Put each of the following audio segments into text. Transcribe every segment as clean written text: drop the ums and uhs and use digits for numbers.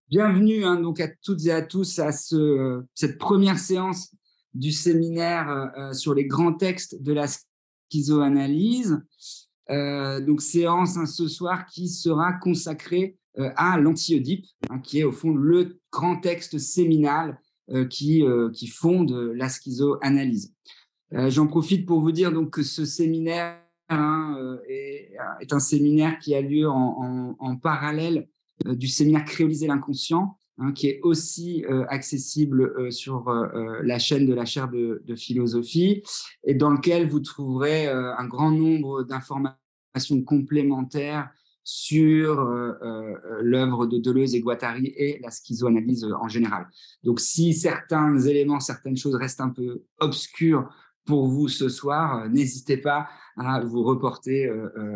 Bienvenue donc à toutes et à tous à cette première séance du séminaire sur les grands textes de la schizoanalyse. Donc séance ce soir qui sera consacrée à l'anti-Oedipe, qui est au fond le grand texte séminal qui fonde la schizoanalyse. J'en profite pour vous dire donc que ce séminaire est un séminaire qui a lieu en parallèle du séminaire Créoliser l'inconscient, qui est aussi accessible sur la chaîne de la chaire de philosophie, et dans lequel vous trouverez un grand nombre d'informations complémentaires sur l'œuvre de Deleuze et Guattari et la schizoanalyse en général. Donc, si certains éléments, certaines choses restent un peu obscures pour vous ce soir, n'hésitez pas à vous reporter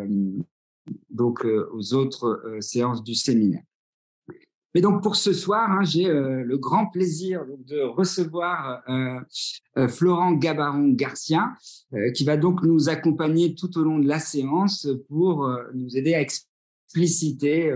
aux autres séances du séminaire. Mais donc pour ce soir, j'ai le grand plaisir de recevoir Florent Gabaron-Garcia, qui va donc nous accompagner tout au long de la séance pour nous aider à expliciter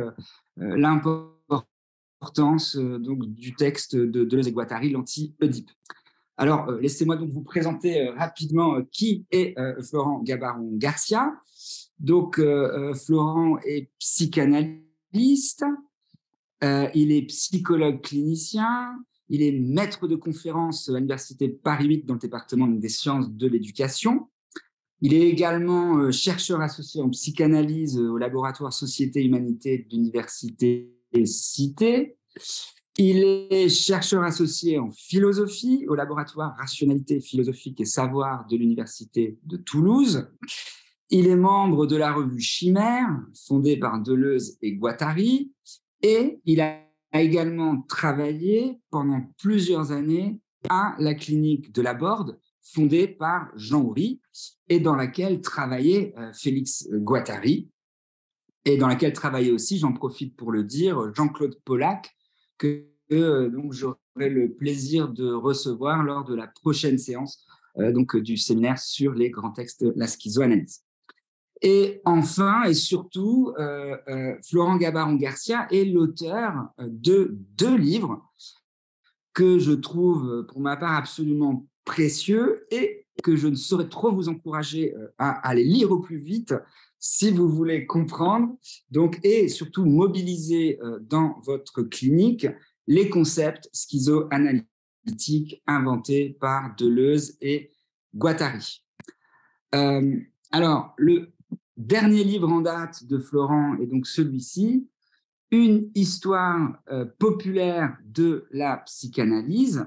l'importance donc du texte de Deleuze et Guattari, l'anti-Oedipe. Alors, laissez-moi donc vous présenter rapidement qui est Florent Gabaron-Garcia. Donc, Florent est psychanalyste, il est psychologue clinicien, il est maître de conférences à l'université Paris 8 dans le département des sciences de l'éducation. Il est également chercheur associé en psychanalyse au laboratoire Société Humanité de l'université Cité. Il est chercheur associé en philosophie au laboratoire Rationalité philosophique et savoir de l'université de Toulouse. Il est membre de la revue Chimère, fondée par Deleuze et Guattari, et il a également travaillé pendant plusieurs années à la clinique de la Borde, fondée par Jean Oury, et dans laquelle travaillait Félix Guattari, et dans laquelle travaillait aussi, j'en profite pour le dire, Jean-Claude Pollack, que donc j'aurai le plaisir de recevoir lors de la prochaine séance du séminaire sur les grands textes de la schizoanalyse. Et enfin, et surtout, Florent Gabaron-Garcia est l'auteur de 2 livres que je trouve, pour ma part, absolument précieux et que je ne saurais trop vous encourager à les lire au plus vite si vous voulez comprendre, donc, et surtout mobiliser dans votre clinique les concepts schizoanalytiques inventés par Deleuze et Guattari. Alors, le dernier livre en date de Florent est donc celui-ci, Une histoire populaire de la psychanalyse.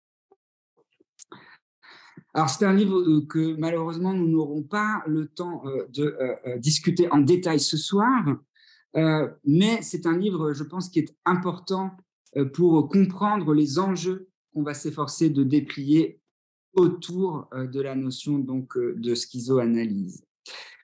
Alors, c'est un livre que malheureusement nous n'aurons pas le temps de discuter en détail ce soir, mais c'est un livre, je pense, qui est important pour comprendre les enjeux qu'on va s'efforcer de déplier autour de la notion donc de schizoanalyse. Pourquoi ?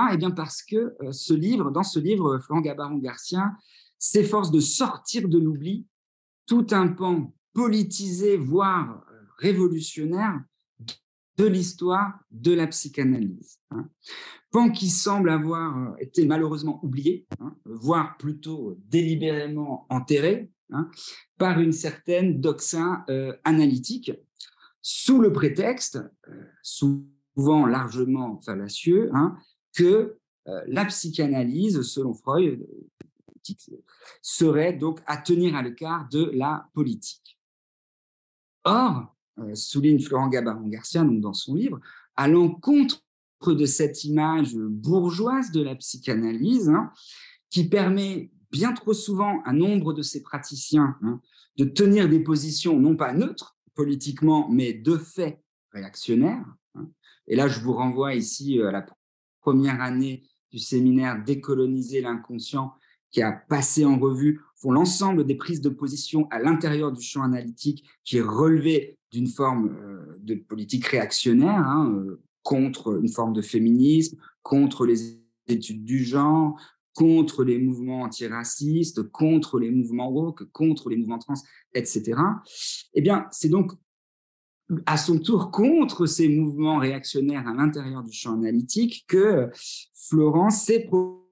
Eh bien parce que dans ce livre, Florent Gabaron-Garcia s'efforce de sortir de l'oubli tout un pan politisé, voire révolutionnaire, de l'histoire de la psychanalyse. Pan qui semble avoir été malheureusement oublié, voire plutôt délibérément enterré, par une certaine doxa analytique, sous le prétexte, souvent largement fallacieux, que la psychanalyse, selon Freud, serait donc à tenir à l'écart de la politique. Or, souligne Florent Gabaron-Garcia dans son livre, à l'encontre de cette image bourgeoise de la psychanalyse, qui permet bien trop souvent à nombre de ces praticiens de tenir des positions non pas neutres politiquement, mais de fait réactionnaires. Et là, je vous renvoie ici à la première année du séminaire Décoloniser l'inconscient, qui a passé en revue l'ensemble des prises de position à l'intérieur du champ analytique qui est relevé d'une forme de politique réactionnaire, contre une forme de féminisme, contre les études du genre, contre les mouvements antiracistes, contre les mouvements woke, contre les mouvements trans, etc. Eh bien, c'est donc à son tour contre ces mouvements réactionnaires à l'intérieur du champ analytique que Florent s'est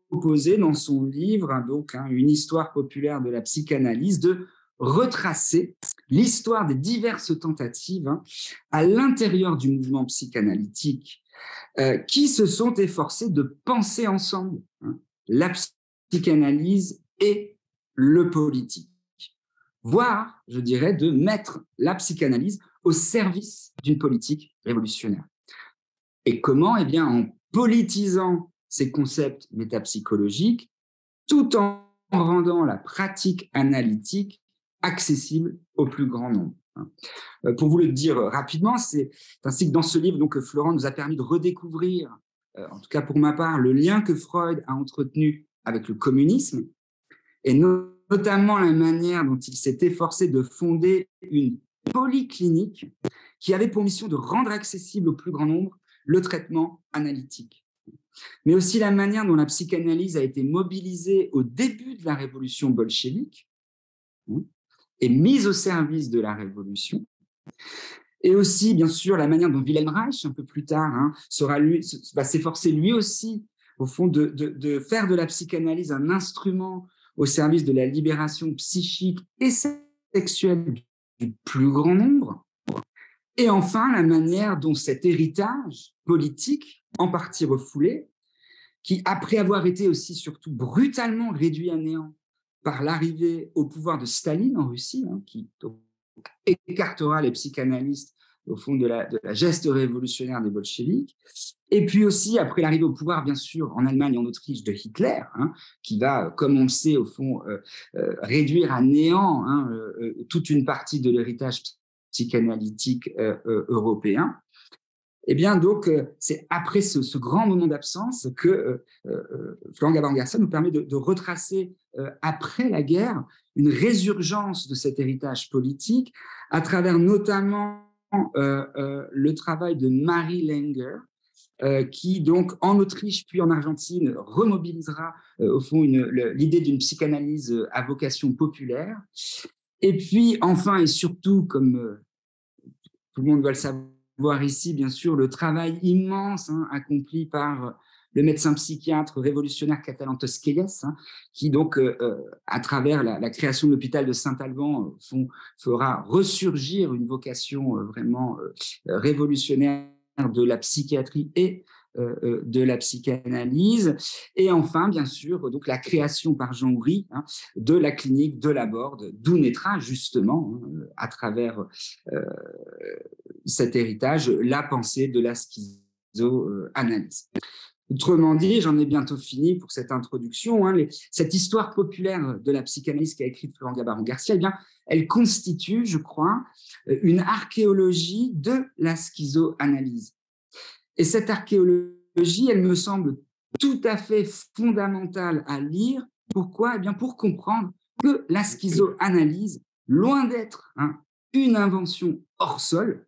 proposé dans son livre, Une histoire populaire de la psychanalyse, de retracer l'histoire des diverses tentatives à l'intérieur du mouvement psychanalytique qui se sont efforcés de penser ensemble la psychanalyse et le politique, voire, je dirais, de mettre la psychanalyse au service d'une politique révolutionnaire. Et comment? Eh bien, en politisant ces concepts métapsychologiques, tout en rendant la pratique analytique accessible au plus grand nombre. Pour vous le dire rapidement, c'est ainsi que dans ce livre, Florent nous a permis de redécouvrir, en tout cas pour ma part, le lien que Freud a entretenu avec le communisme, et notamment la manière dont il s'est efforcé de fonder une polyclinique qui avait pour mission de rendre accessible au plus grand nombre le traitement analytique. Mais aussi la manière dont la psychanalyse a été mobilisée au début de la révolution bolchevique et mise au service de la révolution. Et aussi, bien sûr, la manière dont Wilhelm Reich, un peu plus tard, va s'efforcer lui aussi, au fond, de faire de la psychanalyse un instrument au service de la libération psychique et sexuelle du plus grand nombre. Et enfin, la manière dont cet héritage politique, en partie refoulé, qui, après avoir été aussi surtout brutalement réduit à néant par l'arrivée au pouvoir de Staline en Russie, qui écartera les psychanalystes au fond de la geste révolutionnaire des bolcheviks, et puis aussi après l'arrivée au pouvoir, bien sûr, en Allemagne et en Autriche de Hitler, qui va, comme on le sait, au fond, réduire à néant toute une partie de l'héritage psychanalytique européen. Eh bien, c'est après ce grand moment d'absence que Florent Gabarrón-García nous permet de retracer, après la guerre, une résurgence de cet héritage politique à travers notamment le travail de Marie Langer, qui, donc, en Autriche puis en Argentine, remobilisera, au fond, l'idée d'une psychanalyse à vocation populaire. Et puis, enfin et surtout, comme tout le monde doit le savoir ici, bien sûr, le travail immense accompli par le médecin psychiatre révolutionnaire catalan Tosquelles, qui donc, à travers la création de l'hôpital de Saint-Alban, fera ressurgir une vocation vraiment révolutionnaire de la psychiatrie et de la psychanalyse. Et enfin, bien sûr, donc la création par Jean Oury de la clinique de la Borde, d'où naîtra justement, à travers cet héritage, la pensée de la schizoanalyse. Autrement dit, j'en ai bientôt fini pour cette introduction, cette histoire populaire de la psychanalyse qu'a écrite Florent Gabarrón-García, eh bien, elle constitue, je crois, une archéologie de la schizoanalyse. Et cette archéologie, elle me semble tout à fait fondamentale à lire. Pourquoi? Eh bien, pour comprendre que la schizoanalyse, loin d'être une invention hors sol,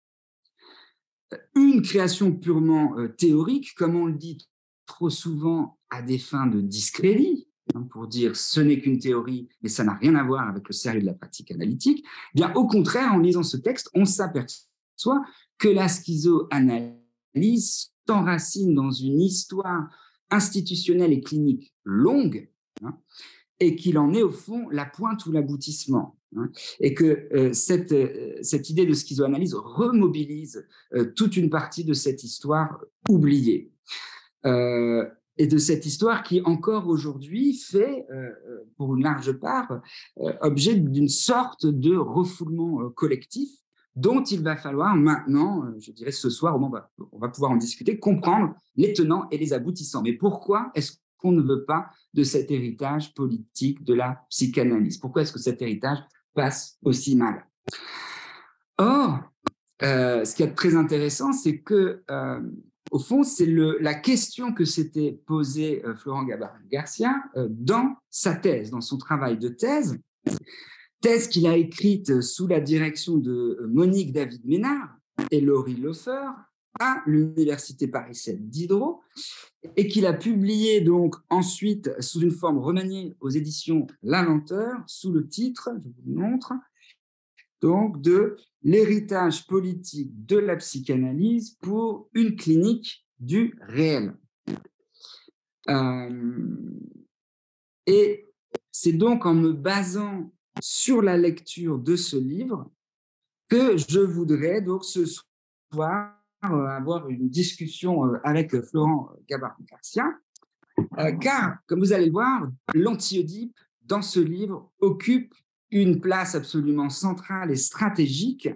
une création purement théorique, comme on le dit trop souvent à des fins de discrédit, pour dire ce n'est qu'une théorie, mais ça n'a rien à voir avec le sérieux de la pratique analytique, eh bien, au contraire, en lisant ce texte, on s'aperçoit que la schizoanalyse s'enracine dans une histoire institutionnelle et clinique longue, et qu'il en est au fond la pointe ou l'aboutissement. Et que cette idée de schizoanalyse remobilise toute une partie de cette histoire oubliée. Et de cette histoire qui, encore aujourd'hui, fait, pour une large part, objet d'une sorte de refoulement collectif dont il va falloir maintenant, je dirais ce soir, on va pouvoir en discuter, comprendre les tenants et les aboutissants. Mais pourquoi est-ce qu'on ne veut pas de cet héritage politique de la psychanalyse? Pourquoi est-ce que cet héritage passe aussi mal? Or, ce qui est très intéressant, c'est que, au fond, c'est la question que s'était posée Florent Gabarrón-García dans sa thèse, dans son travail de thèse qu'il a écrite sous la direction de Monique David-Ménard et Laurie Loeffler à l'Université Paris 7 Diderot, et qu'il a publié donc ensuite sous une forme remaniée aux éditions La Lenteur, sous le titre, je vous le montre, donc de l'héritage politique de la psychanalyse pour une clinique du réel. Euh, et c'est donc en me basant sur la lecture de ce livre que je voudrais donc ce soir avoir une discussion avec Florent Gabaron-Garcia, car, comme vous allez le voir, l'anti-Oedipe, dans ce livre, occupe une place absolument centrale et stratégique.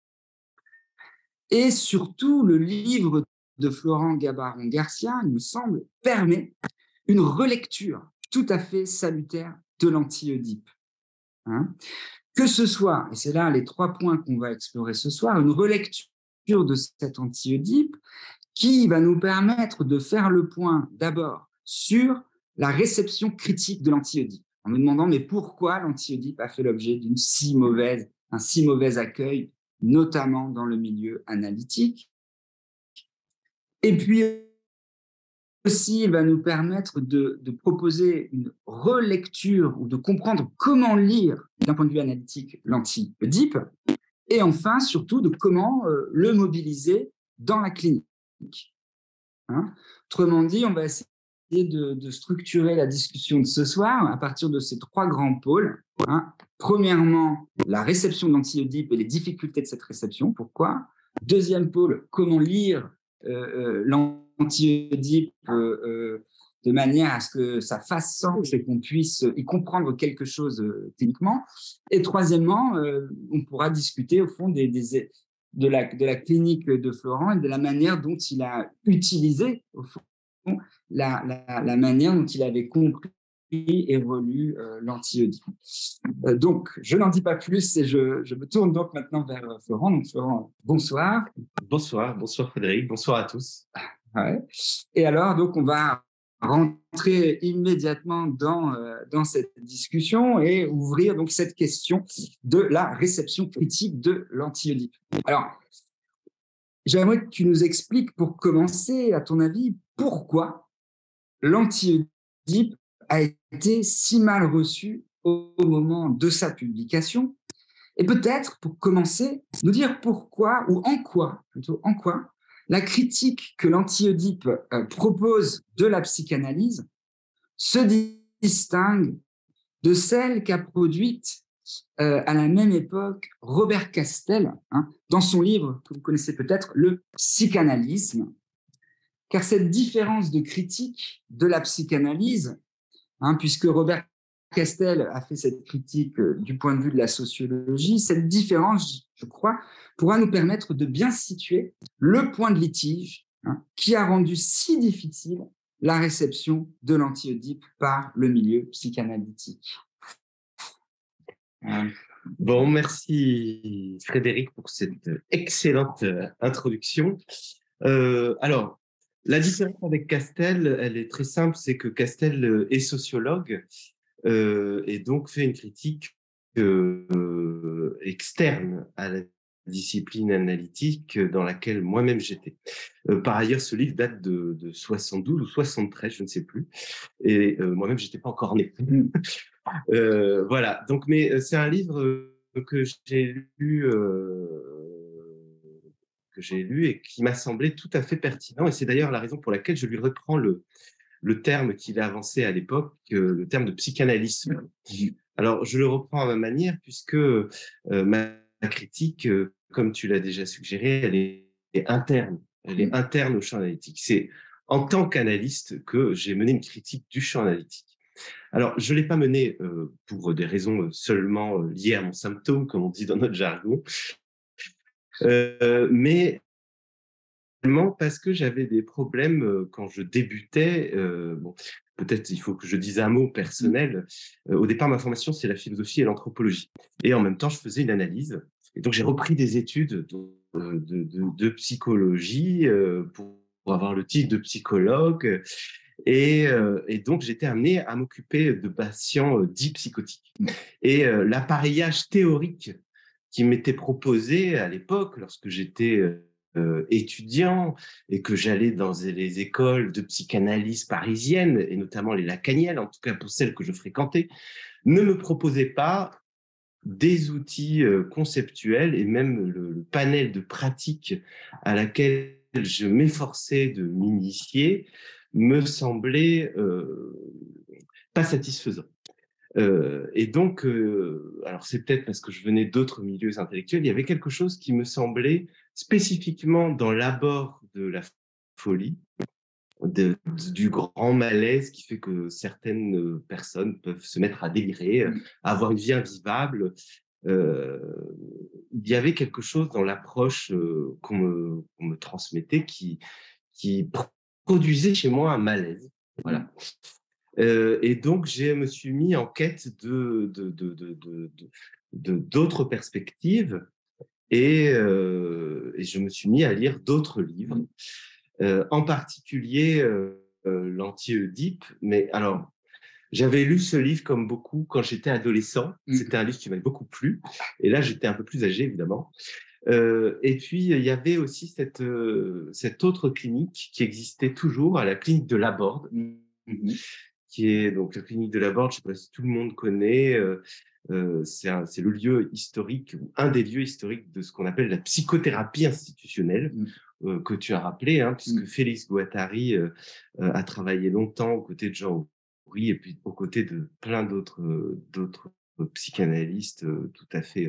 Et surtout, le livre de Florent Gabaron-Garcia, il me semble, permet une relecture tout à fait salutaire de l'anti-Oedipe. Hein, que ce soit, et c'est là les 3 points qu'on va explorer ce soir, une relecture de cet anti-Oedipe qui va nous permettre de faire le point d'abord sur la réception critique de l'anti-Oedipe, en nous demandant mais pourquoi l'anti-Oedipe a fait l'objet d'un si mauvais accueil, notamment dans le milieu analytique. Et puis aussi, il va nous permettre de proposer une relecture ou de comprendre comment lire d'un point de vue analytique l'anti-Oedipe, et enfin, surtout, de comment le mobiliser dans la clinique. Hein, autrement dit, on va essayer de structurer la discussion de ce soir à partir de ces 3 grands pôles. Hein. Premièrement, la réception de l'anti-Oedipe et les difficultés de cette réception. Pourquoi? Deuxième pôle, comment lire l'anti-Oedipe de manière à ce que ça fasse sens et qu'on puisse y comprendre quelque chose techniquement. Et troisièmement, on pourra discuter au fond de la clinique de Florent et de la manière dont il a utilisé, au fond, la manière dont il avait compris et relu l'anti-Oedipe. Donc, je n'en dis pas plus et je me tourne donc maintenant vers Florent. Donc, Florent, bonsoir. Bonsoir Frédéric, bonsoir à tous. Ouais. Et alors, donc, on va rentrer immédiatement dans cette discussion et ouvrir donc cette question de la réception critique de l'anti-Oedipe. Alors, j'aimerais que tu nous expliques pour commencer, à ton avis, pourquoi l'anti-Oedipe a été si mal reçu au moment de sa publication. Et peut-être, pour commencer, nous dire pourquoi, ou plutôt en quoi, la critique que l'anti-Oedipe propose de la psychanalyse se distingue de celle qu'a produite à la même époque Robert Castel, hein, dans son livre que vous connaissez peut-être, Le psychanalysme. Car cette différence de critique de la psychanalyse, hein, puisque Robert Castel a fait cette critique du point de vue de la sociologie, cette différence, je crois, pourra nous permettre de bien situer le point de litige, hein, qui a rendu si difficile la réception de l'anti-Oedipe par le milieu psychanalytique. Bon, merci Frédéric pour cette excellente introduction. Alors, la différence avec Castel, elle est très simple, c'est que Castel est sociologue et donc fait une critique externe à la discipline analytique dans laquelle moi-même j'étais. Par ailleurs, ce livre date de 72 ou 73, je ne sais plus, et moi-même, j'étais pas encore né. Voilà, donc, mais c'est un livre que j'ai lu et qui m'a semblé tout à fait pertinent, et c'est d'ailleurs la raison pour laquelle je lui reprends le terme qu'il a avancé à l'époque, le terme de psychanalysme. Alors, je le reprends à ma manière, puisque ma critique, comme tu l'as déjà suggéré, elle est interne. Elle est interne au champ analytique. C'est en tant qu'analyste que j'ai mené une critique du champ analytique. Alors, je ne l'ai pas menée pour des raisons seulement liées à mon symptôme, comme on dit dans notre jargon, mais parce que j'avais des problèmes quand je débutais. Bon, peut-être il faut que je dise un mot personnel. Au départ, ma formation, c'est la philosophie et l'anthropologie. Et en même temps, je faisais une analyse. Et donc, j'ai repris des études de psychologie pour avoir le titre de psychologue. Et donc, j'étais amené à m'occuper de patients dits psychotiques. Et l'appareillage théorique qui m'était proposé à l'époque, lorsque j'étais étudiant et que j'allais dans les écoles de psychanalyse parisiennes, et notamment les lacaniennes, en tout cas pour celles que je fréquentais, ne me proposait pas des outils conceptuels et même le panel de pratiques à laquelle je m'efforçais de m'initier me semblait pas satisfaisant. Et donc, alors c'est peut-être parce que je venais d'autres milieux intellectuels, il y avait quelque chose qui me semblait spécifiquement dans l'abord de la folie, du grand malaise qui fait que certaines personnes peuvent se mettre à délirer, avoir une vie invivable. Il y avait quelque chose dans l'approche qu'on me transmettait qui produisait chez moi un malaise. Voilà. Et donc, je me suis mis en quête d'autres perspectives et je me suis mis à lire d'autres livres, en particulier l'anti-Oedipe. Mais alors, j'avais lu ce livre comme beaucoup quand j'étais adolescent. C'était un livre qui m'avait beaucoup plu. Et là, j'étais un peu plus âgé, évidemment. Et puis, il y avait aussi cette autre clinique qui existait toujours, à la clinique de Laborde, qui est donc la clinique de Laborde. Je ne sais pas si tout le monde connaît. C'est le lieu historique, un des lieux historiques de ce qu'on appelle la psychothérapie institutionnelle, que tu as rappelé, hein, puisque Félix Guattari a travaillé longtemps aux côtés de Jean Houry et puis aux côtés de plein d'autres psychanalystes tout à fait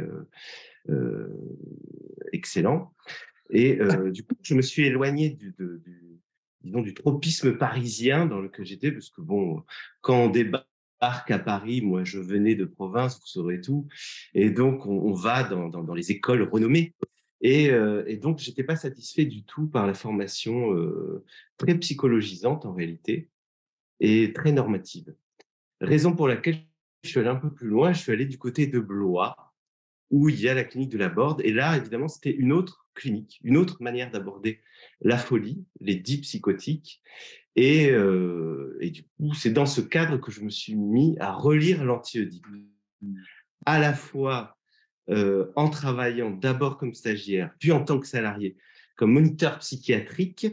excellents. Et du coup, je me suis éloigné disons, du tropisme parisien dans lequel j'étais, parce que bon, quand on débarque à Paris, moi je venais de province, vous saurez tout, et donc on va dans les écoles renommées. Et donc, j'étais pas satisfait du tout par la formation très psychologisante en réalité et très normative. Raison pour laquelle je suis allé un peu plus loin, je suis allé du côté de Blois, où il y a la clinique de Laborde. Et là, évidemment, c'était une autre clinique, une autre manière d'aborder la folie, les dits psychotiques. Et du coup, c'est dans ce cadre que je me suis mis à relire l'anti-Oedipe, à la fois en travaillant d'abord comme stagiaire, puis en tant que salarié, comme moniteur psychiatrique.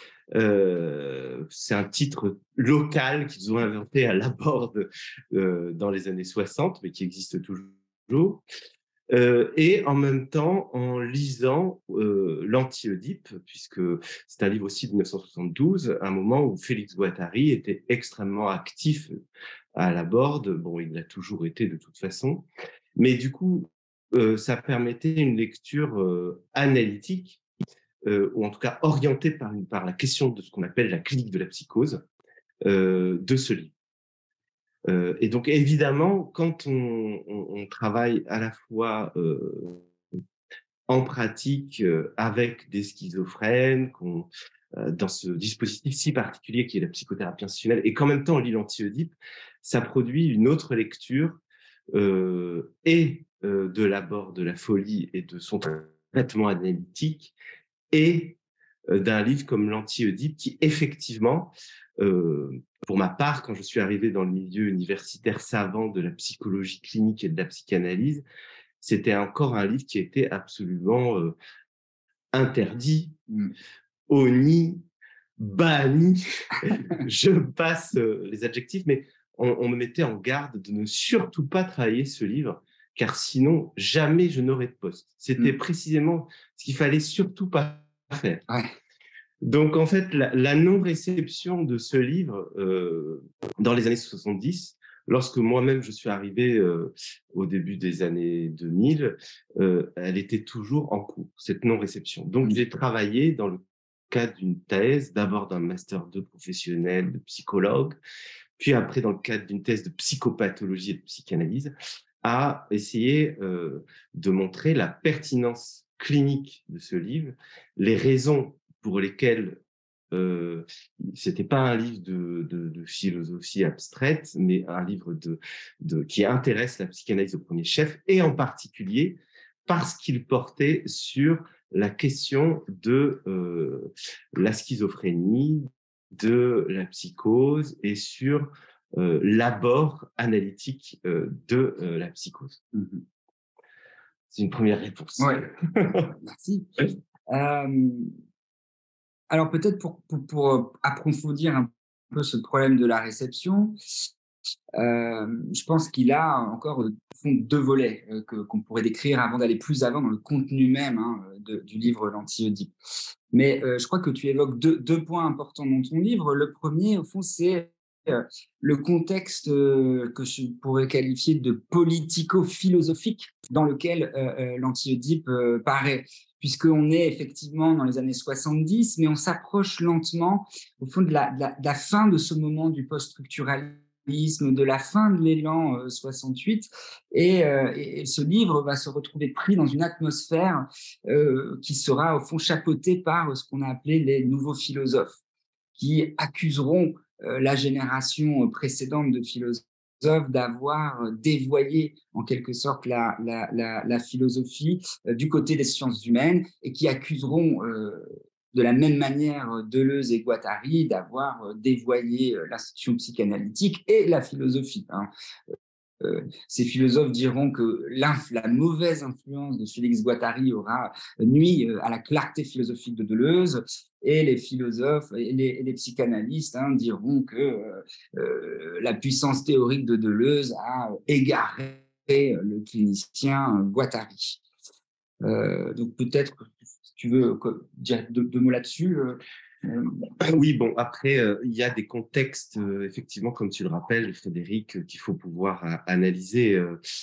C'est un titre local qu'ils ont inventé à Laborde dans les années 60, mais qui existe toujours. Et en même temps, en lisant l'anti-Oedipe, puisque c'est un livre aussi de 1972, un moment où Félix Guattari était extrêmement actif à Laborde. Bon, il l'a toujours été de toute façon. Mais du coup, ça permettait une lecture analytique, ou en tout cas orientée par la question de ce qu'on appelle la clinique de la psychose de ce livre. Et donc, évidemment, quand on travaille à la fois en pratique avec des schizophrènes, dans ce dispositif si particulier qui est la psychothérapie institutionnelle, et qu'en même temps on lit l'anti-Oedipe, ça produit une autre lecture de l'abord de la folie et de son traitement analytique, et d'un livre comme l'anti-Oedipe qui, effectivement, pour ma part, quand je suis arrivé dans le milieu universitaire savant de la psychologie clinique et de la psychanalyse, c'était encore un livre qui était absolument interdit, honni, banni. Je passe les adjectifs, mais on me mettait en garde de ne surtout pas travailler ce livre, car sinon, jamais je n'aurais de poste. C'était précisément ce qu'il fallait surtout pas faire. Ouais. Donc, en fait, la non-réception de ce livre dans les années 70, lorsque moi-même je suis arrivé au début des années 2000, elle était toujours en cours, cette non-réception. Donc, j'ai travaillé dans le cadre d'une thèse, d'abord d'un master 2 professionnel de psychologue, puis après dans le cadre d'une thèse de psychopathologie et de psychanalyse, à essayer de montrer la pertinence clinique de ce livre, les raisons pour lesquelles c'était pas un livre de philosophie abstraite, mais un livre qui intéresse la psychanalyse au premier chef, et en particulier parce qu'il portait sur la question de la schizophrénie, de la psychose et sur l'abord analytique de la psychose. C'est une première réponse. Ouais. Merci. Alors peut-être pour approfondir un peu ce problème de la réception, je pense qu'il a encore fond deux volets qu'on pourrait décrire avant d'aller plus avant dans le contenu même du livre L'Anti-Oedipe. Mais je crois que tu évoques deux points importants dans ton livre. Le premier, au fond, c'est le contexte que je pourrais qualifier de politico-philosophique dans lequel l'Anti-Oedipe paraît, puisqu'on est effectivement dans les années 70, mais on s'approche lentement, au fond, de la fin de ce moment du post-structuralisme, de la fin de l'élan 68, et ce livre va se retrouver pris dans une atmosphère qui sera au fond chapeautée par ce qu'on a appelé les nouveaux philosophes, qui accuseront la génération précédente de philosophes d'avoir dévoyé en quelque sorte la philosophie du côté des sciences humaines, et qui accuseront de la même manière Deleuze et Guattari d'avoir dévoyé l'institution psychanalytique et la philosophie. Ces philosophes diront que la mauvaise influence de Félix Guattari aura nui à la clarté philosophique de Deleuze, et les philosophes et les psychanalystes diront que la puissance théorique de Deleuze a égaré le clinicien Guattari. Donc peut-être, si tu veux dire deux mots là-dessus. Oui, bon, après, il y a des contextes, effectivement, comme tu le rappelles, Frédéric, qu'il faut pouvoir analyser.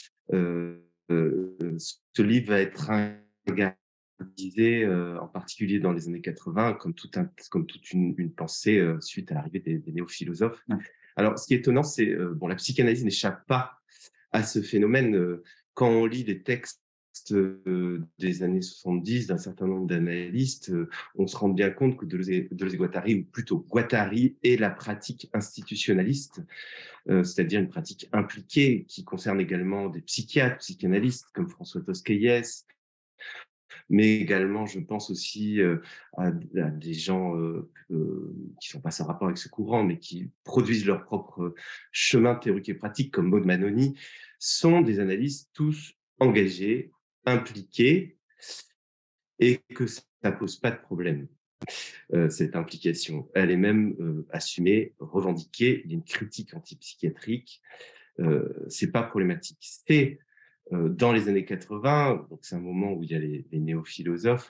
Ce livre va être ringardisé, en particulier dans les années 80, comme toute une pensée suite à l'arrivée des néo-philosophes. Ouais. Alors, ce qui est étonnant, c'est la psychanalyse n'échappe pas à ce phénomène. Quand on lit les textes des années 70 d'un certain nombre d'analystes, on se rend bien compte que Deleuze et Guattari, ou plutôt Guattari, est la pratique institutionnaliste, c'est-à-dire une pratique impliquée qui concerne également des psychiatres, psychanalystes comme François Tosquelles, mais également, je pense aussi à des gens qui sont pas sans rapport avec ce courant, mais qui produisent leur propre chemin théorique et pratique, comme Maud Manoni, sont des analystes tous engagés, impliqués, et que ça pose pas de problème. Cette implication, elle est même assumée, revendiquée. Il y a une critique antipsychiatrique. C'est pas problématique. C'est dans les années 80, donc c'est un moment où il y a les néo-philosophes,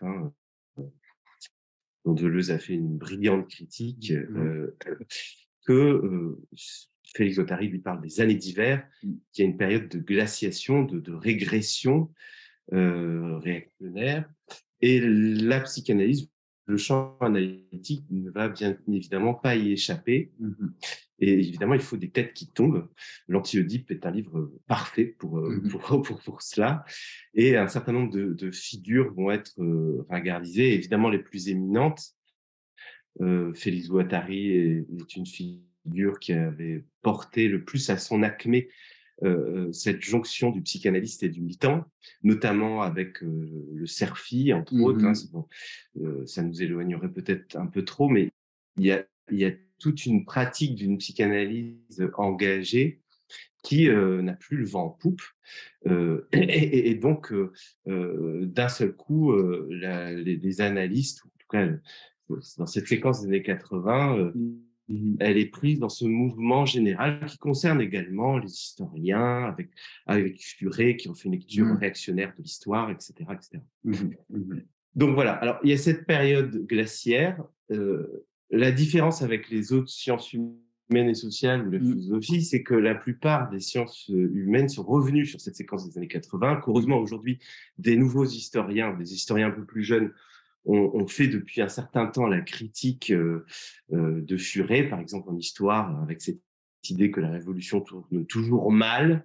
dont Deleuze a fait une brillante critique, que Félix Guattari lui parle des années d'hiver, qui a une période de glaciation, de régression réactionnaire, et la psychanalyse, le champ analytique ne va bien évidemment pas y échapper. Et évidemment, il faut des têtes qui tombent. L'Anti-Oedipe est un livre parfait pour cela. Et un certain nombre de figures vont être ringardisées. Évidemment, les plus éminentes. Félix Guattari est une figure qui avait porté le plus à son acmé cette jonction du psychanalyste et du militant, notamment avec le Cerfi, entre autres. Ça nous éloignerait peut-être un peu trop, mais il y a toute une pratique d'une psychanalyse engagée qui n'a plus le vent en poupe. Et donc, d'un seul coup, les analystes, ou en tout cas, dans cette séquence des années 80, elle est prise dans ce mouvement général qui concerne également les historiens, avec Furet, qui ont fait une lecture réactionnaire de l'histoire, etc. etc. Donc voilà, alors il y a cette période glaciaire. La différence avec les autres sciences humaines et sociales ou la philosophie, c'est que la plupart des sciences humaines sont revenues sur cette séquence des années 80. Heureusement, aujourd'hui, des nouveaux historiens, des historiens un peu plus jeunes, on fait depuis un certain temps la critique de Furet, par exemple en histoire, avec cette idée que la révolution tourne toujours mal.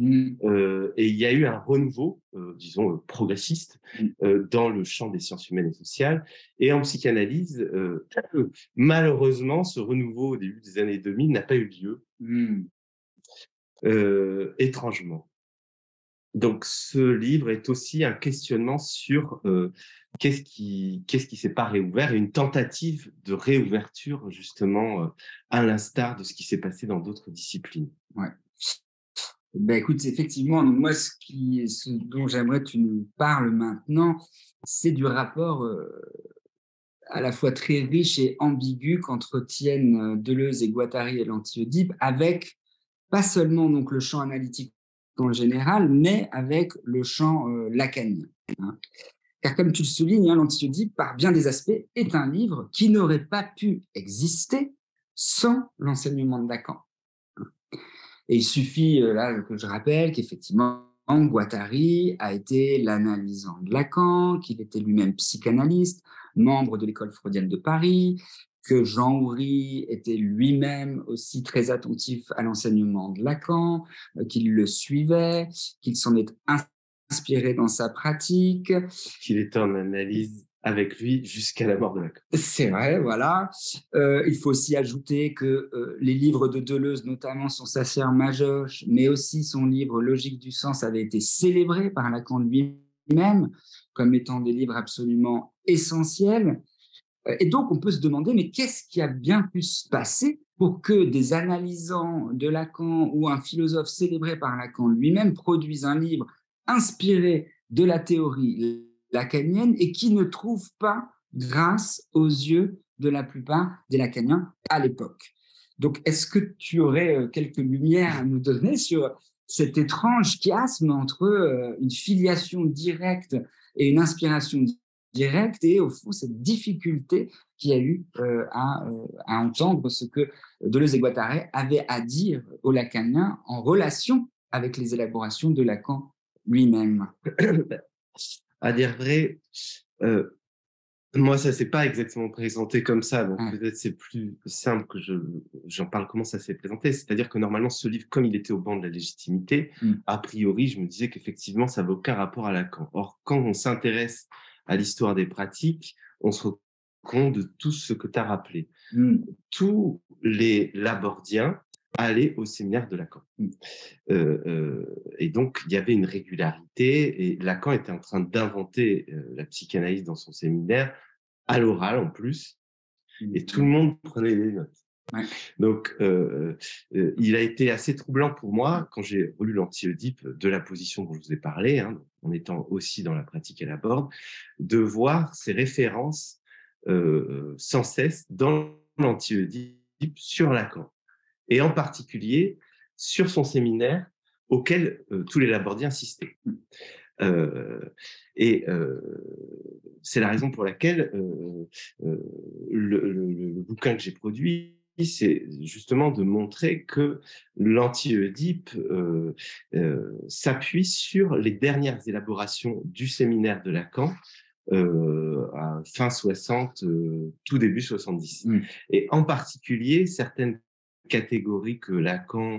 Et il y a eu un renouveau, disons, progressiste dans le champ des sciences humaines et sociales. Et en psychanalyse, malheureusement, ce renouveau au début des années 2000 n'a pas eu lieu, étrangement. Donc, ce livre est aussi un questionnement sur qu'est-ce qui s'est pas réouvert, et une tentative de réouverture, justement, à l'instar de ce qui s'est passé dans d'autres disciplines. Ouais. Ben écoute, effectivement, donc moi, ce dont j'aimerais que tu nous parles maintenant, c'est du rapport à la fois très riche et ambigu qu'entretiennent Deleuze et Guattari et l'Anti-Oedipe, avec pas seulement donc le champ analytique en général, mais avec le champ lacanien. Hein. Car comme tu le soulignes, hein, l'Anti-Oedipe, par bien des aspects, est un livre qui n'aurait pas pu exister sans l'enseignement de Lacan. Et il suffit là que je rappelle qu'effectivement, Guattari a été l'analysant de Lacan, qu'il était lui-même psychanalyste, membre de l'école freudienne de Paris, que Jean Houry était lui-même aussi très attentif à l'enseignement de Lacan, qu'il le suivait, qu'il s'en est inspiré dans sa pratique. Qu'il était en analyse avec lui jusqu'à la mort de Lacan. C'est vrai, voilà. Il faut aussi ajouter que les livres de Deleuze, notamment son Sacer Majoche, mais aussi son livre Logique du sens, avaient été célébrés par Lacan lui-même comme étant des livres absolument essentiels. Et donc, on peut se demander, mais qu'est-ce qui a bien pu se passer pour que des analysants de Lacan ou un philosophe célébré par Lacan lui-même produisent un livre inspiré de la théorie lacanienne et qui ne trouve pas grâce aux yeux de la plupart des lacaniens à l'époque. Donc, est-ce que tu aurais quelques lumières à nous donner sur cet étrange chiasme entre une filiation directe et une inspiration directe et au fond cette difficulté qu'il y a eu à entendre ce que Deleuze et Guattari avaient à dire aux lacaniens en relation avec les élaborations de Lacan lui-même. À dire vrai, moi, ça s'est pas exactement présenté comme ça, donc peut-être c'est plus simple que j'en parle comment ça s'est présenté. C'est-à-dire que normalement, ce livre, comme il était au banc de la légitimité, a priori, je me disais qu'effectivement, ça n'avait aucun rapport à Lacan. Or, quand on s'intéresse à l'histoire des pratiques, on se rend compte de tout ce que tu as rappelé. Tous les labordiens allaient au séminaire de Lacan. Et donc, il y avait une régularité et Lacan était en train d'inventer la psychanalyse dans son séminaire, à l'oral en plus, et tout le monde prenait des notes. Ouais. Donc, il a été assez troublant pour moi, quand j'ai relu l'Anti-Oedipe, de la position dont je vous ai parlé, hein, en étant aussi dans la pratique à la Borde, de voir ces références sans cesse dans l'Anti-Oedipe sur Lacan. Et en particulier sur son séminaire auquel tous les labordiens assistaient. C'est la raison pour laquelle le bouquin que j'ai produit, c'est justement de montrer que l'Anti-Oedipe s'appuie sur les dernières élaborations du séminaire de Lacan, à fin 60, tout début 70. Et en particulier, certaines catégories que Lacan,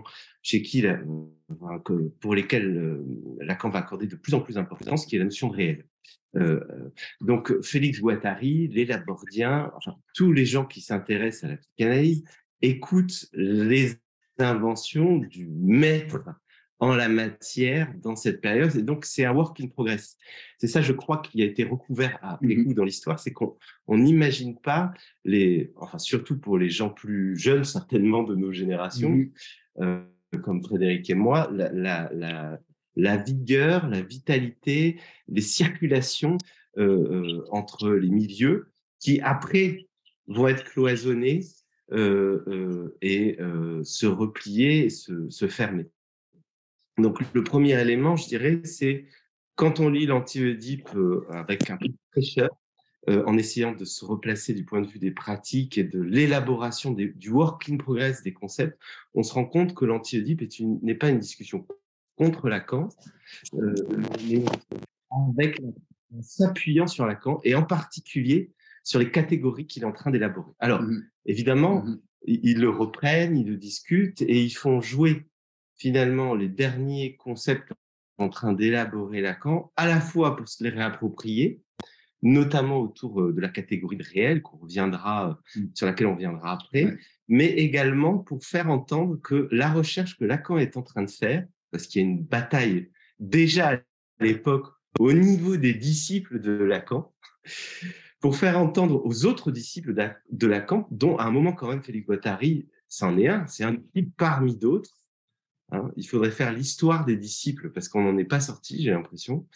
pour lesquelles Lacan va accorder de plus en plus d'importance, qui est la notion de réel. Donc, Félix Guattari, les labordiens, enfin, tous les gens qui s'intéressent à la psychanalyse écoutent les inventions du maître en la matière dans cette période. Et donc, c'est un work in progress. C'est ça, je crois, qui a été recouvert à écoute dans l'histoire, c'est qu'on n'imagine pas, enfin, surtout pour les gens plus jeunes, certainement de nos générations, comme Frédéric et moi, la vigueur, la vitalité, les circulations entre les milieux qui, après, vont être cloisonnés et se replier et se fermer. Donc, le premier élément, je dirais, c'est quand on lit l'Anti-Oedipe avec un peu de fraîcheur, en essayant de se replacer du point de vue des pratiques et de l'élaboration du work in progress des concepts, on se rend compte que l'Anti-Oedipe n'est pas une discussion contre Lacan, mais en s'appuyant sur Lacan et en particulier sur les catégories qu'il est en train d'élaborer. Alors, évidemment, ils le reprennent, ils le discutent et ils font jouer finalement les derniers concepts en train d'élaborer Lacan, à la fois pour se les réapproprier, notamment autour de la catégorie de réel sur laquelle on reviendra après, mais également pour faire entendre que la recherche que Lacan est en train de faire, parce qu'il y a une bataille déjà à l'époque au niveau des disciples de Lacan, pour faire entendre aux autres disciples de Lacan, dont à un moment quand même Félix Guattari, c'en est un, c'est un disciple parmi d'autres. Hein, il faudrait faire l'histoire des disciples parce qu'on n'en est pas sorti, j'ai l'impression.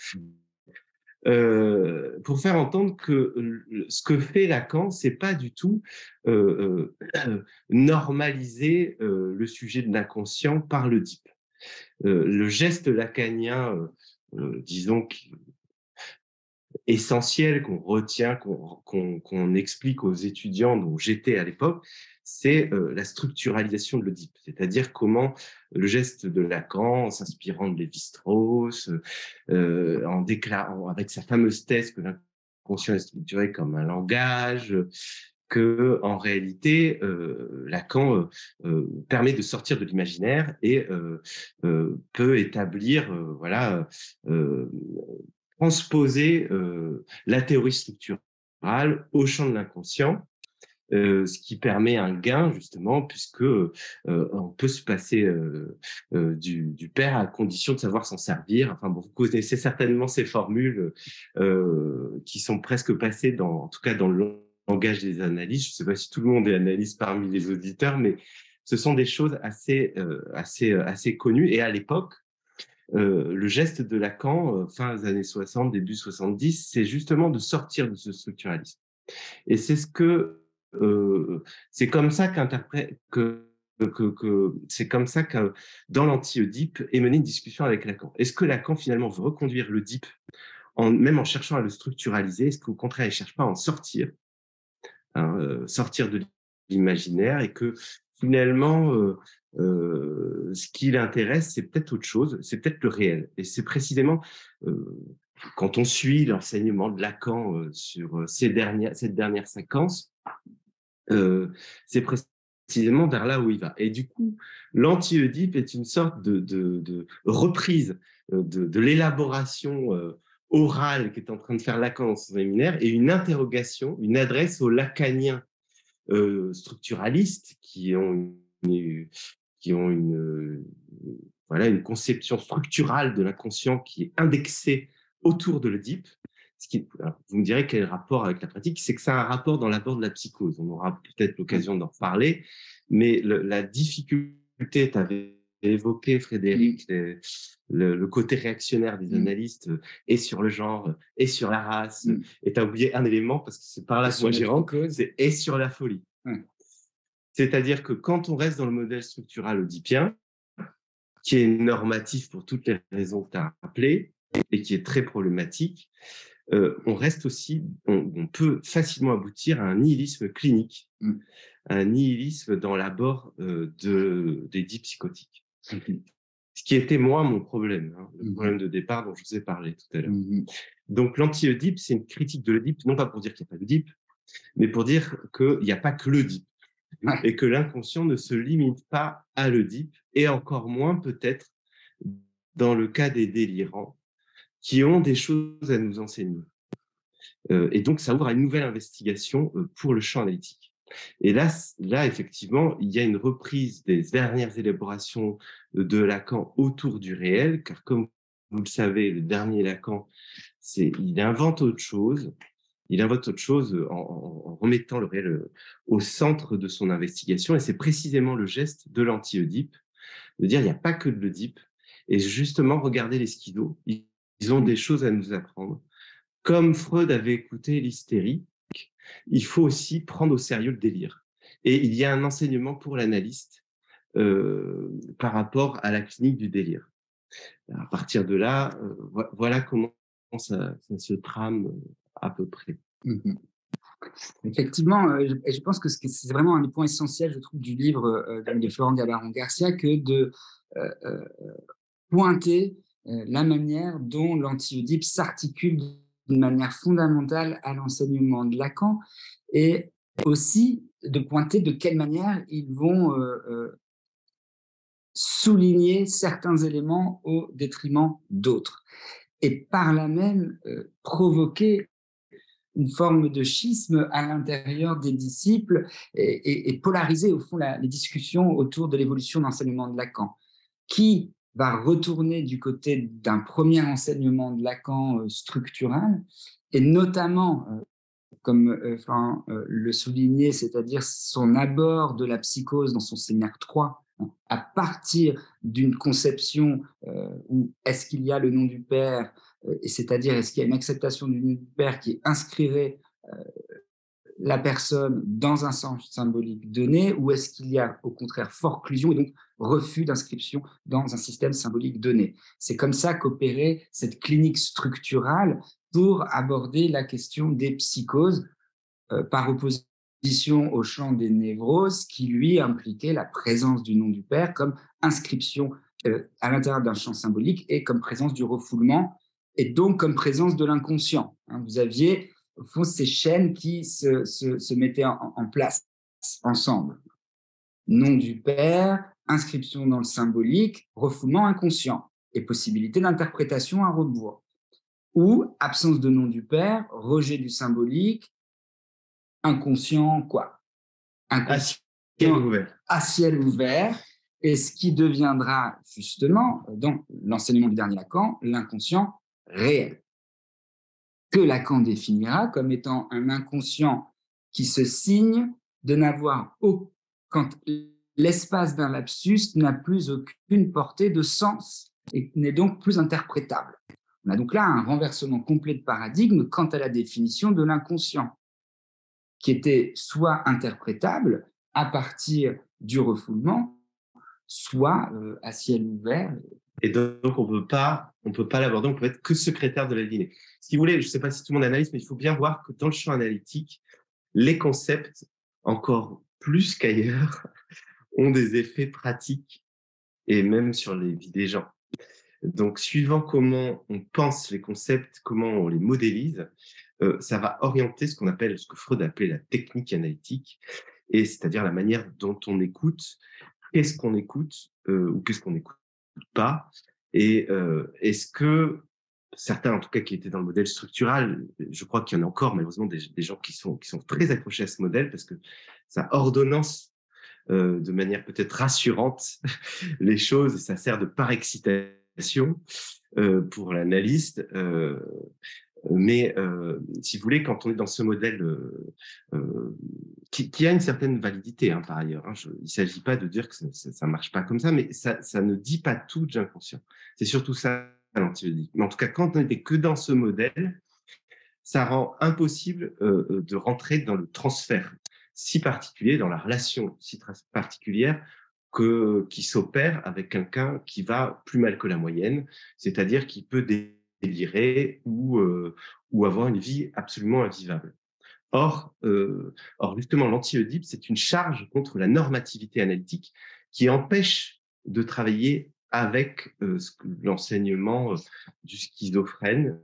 Pour faire entendre que ce que fait Lacan, c'est pas du tout normaliser le sujet de l'inconscient par l'Oedipe. Le geste lacanien, disons, essentiel qu'on retient, qu'on explique aux étudiants dont j'étais à l'époque, c'est la structuralisation de l'Oedipe, c'est-à-dire comment le geste de Lacan, en s'inspirant de Lévi-Strauss, en déclarant avec sa fameuse thèse que l'inconscient est structuré comme un langage, que en réalité Lacan permet de sortir de l'imaginaire et peut établir transposer la théorie structurale au champ de l'inconscient, ce qui permet un gain justement puisque on peut se passer du père à condition de savoir s'en servir. Enfin bon, vous connaissez certainement ces formules qui sont presque passées en tout cas dans le langage des analystes. Je ne sais pas si tout le monde est analyste parmi les auditeurs, mais ce sont des choses assez connues. Et à l'époque, le geste de Lacan, fin des années 60, début 70, c'est justement de sortir de ce structuralisme. Et c'est comme ça c'est comme ça que dans l'anti-Oedipe est menée une discussion avec Lacan. Est-ce que Lacan finalement veut reconduire l'Oedipe même en cherchant à le structuraliser? Est-ce qu'au contraire il ne cherche pas à en sortir, sortir de l'imaginaire, et que finalement ce qui l'intéresse, c'est peut-être autre chose, c'est peut-être le réel. Et c'est précisément quand on suit l'enseignement de Lacan sur cette dernière séquence, c'est précisément vers là où il va. Et du coup, l'anti-Oedipe est une sorte de reprise de l'élaboration orale qu'est en train de faire Lacan dans son séminaire, et une interrogation, une adresse aux lacaniens structuralistes qui ont une conception structurale de l'inconscient qui est indexée autour de l'Oedipe. Vous me direz quel est le rapport avec la pratique? C'est que ça a un rapport dans l'abord de la psychose. On aura peut-être l'occasion d'en reparler, mais la difficulté, tu avais évoqué, Frédéric, le côté réactionnaire des analystes et sur le genre, et sur la race, et tu as oublié un élément, parce que c'est par là que moi j'y rentre, c'est et sur la folie. C'est-à-dire que quand on reste dans le modèle structural oedipien, qui est normatif pour toutes les raisons que tu as rappelées, et qui est très problématique, on peut facilement aboutir à un nihilisme clinique, un nihilisme dans l'abord des dits psychotiques. Ce qui était, moi, mon problème, le problème de départ dont je vous ai parlé tout à l'heure. Donc, l'anti-Oedipe, c'est une critique de l'Oedipe, non pas pour dire qu'il n'y a pas d'Oedipe, mais pour dire qu'il n'y a pas que l'Oedipe, et que l'inconscient ne se limite pas à l'Oedipe, et encore moins peut-être dans le cas des délirants, qui ont des choses à nous enseigner. Et donc, ça ouvre à une nouvelle investigation pour le champ analytique. Et là, effectivement, il y a une reprise des dernières élaborations de Lacan autour du réel, car comme vous le savez, le dernier Lacan, il invente autre chose. Il invente autre chose en remettant le réel au centre de son investigation. Et c'est précisément le geste de l'anti-Oedipe, de dire il n'y a pas que de l'Oedipe. Et justement, regardez les schizophrénies, ils ont des choses à nous apprendre. Comme Freud avait écouté l'hystérie, il faut aussi prendre au sérieux le délire. Et il y a un enseignement pour l'analyste par rapport à la clinique du délire. À partir de là, voilà comment ça se trame à peu près. Effectivement, je pense que c'est vraiment un des points essentiels, je trouve, du livre de Florent Gabaron-Garcia, que de pointer la manière dont l'anti-Oedipe s'articule d'une manière fondamentale à l'enseignement de Lacan, et aussi de pointer de quelle manière ils vont souligner certains éléments au détriment d'autres, et par là même provoquer une forme de schisme à l'intérieur des disciples, et polariser au fond les discussions autour de l'évolution d'enseignement de Lacan, qui va retourner du côté d'un premier enseignement de Lacan structural, et notamment, comme Florent le soulignait, c'est-à-dire son abord de la psychose dans son séminaire 3, à partir d'une conception où est-ce qu'il y a le nom du Père, et c'est-à-dire est-ce qu'il y a une acceptation du nom du Père qui inscrirait la personne dans un sens symbolique donné, ou est-ce qu'il y a au contraire forclusion et donc refus d'inscription dans un système symbolique donné? C'est comme ça qu'opérait cette clinique structurale pour aborder la question des psychoses, par opposition au champ des névroses qui, lui, impliquait la présence du nom du père comme inscription à l'intérieur d'un champ symbolique et comme présence du refoulement et donc comme présence de l'inconscient. Vous aviez, au fond, ces chaînes qui se mettaient en place ensemble. Nom du père, inscription dans le symbolique, refoulement inconscient et possibilité d'interprétation à rebours. Ou absence de nom du père, rejet du symbolique, inconscient quoi? Inconscient à ciel ouvert, et ce qui deviendra justement, dans l'enseignement du dernier Lacan, l'inconscient réel, que Lacan définira comme étant un inconscient qui se signe de n'avoir quand l'espace d'un lapsus n'a plus aucune portée de sens et n'est donc plus interprétable. On a donc là un renversement complet de paradigme quant à la définition de l'inconscient, qui était soit interprétable à partir du refoulement, soit à ciel ouvert. Et donc, on peut pas l'aborder, on peut être que secrétaire de la lignée. Si vous voulez, je ne sais pas si tout le monde analyse, mais il faut bien voir que dans le champ analytique, les concepts, encore plus qu'ailleurs, ont des effets pratiques et même sur les vies des gens. Donc, suivant comment on pense les concepts, comment on les modélise, ça va orienter ce que Freud appelait la technique analytique, et c'est-à-dire la manière dont on écoute, qu'est-ce qu'on écoute ou qu'est-ce qu'on n'écoute pas, et est-ce que certains, en tout cas, qui étaient dans le modèle structural, je crois qu'il y en a encore malheureusement des gens qui sont très accrochés à ce modèle parce que ça ordonnance de manière peut-être rassurante les choses et ça sert de par-excitation pour l'analyste. Mais si vous voulez, quand on est dans ce modèle qui a une certaine validité par ailleurs, il ne s'agit pas de dire que ça ne marche pas comme ça, mais ça ne dit pas tout de l'inconscient. C'est surtout ça l'anti-Oedipe. Mais en tout cas, quand on n'était que dans ce modèle, ça rend impossible de rentrer dans le transfert si particulier, dans la relation si particulière qui s'opère avec quelqu'un qui va plus mal que la moyenne, c'est-à-dire qui peut délirer ou avoir une vie absolument invivable. Or justement, l'anti-Oedipe, c'est une charge contre la normativité analytique qui empêche de travailler avec l'enseignement du schizophrène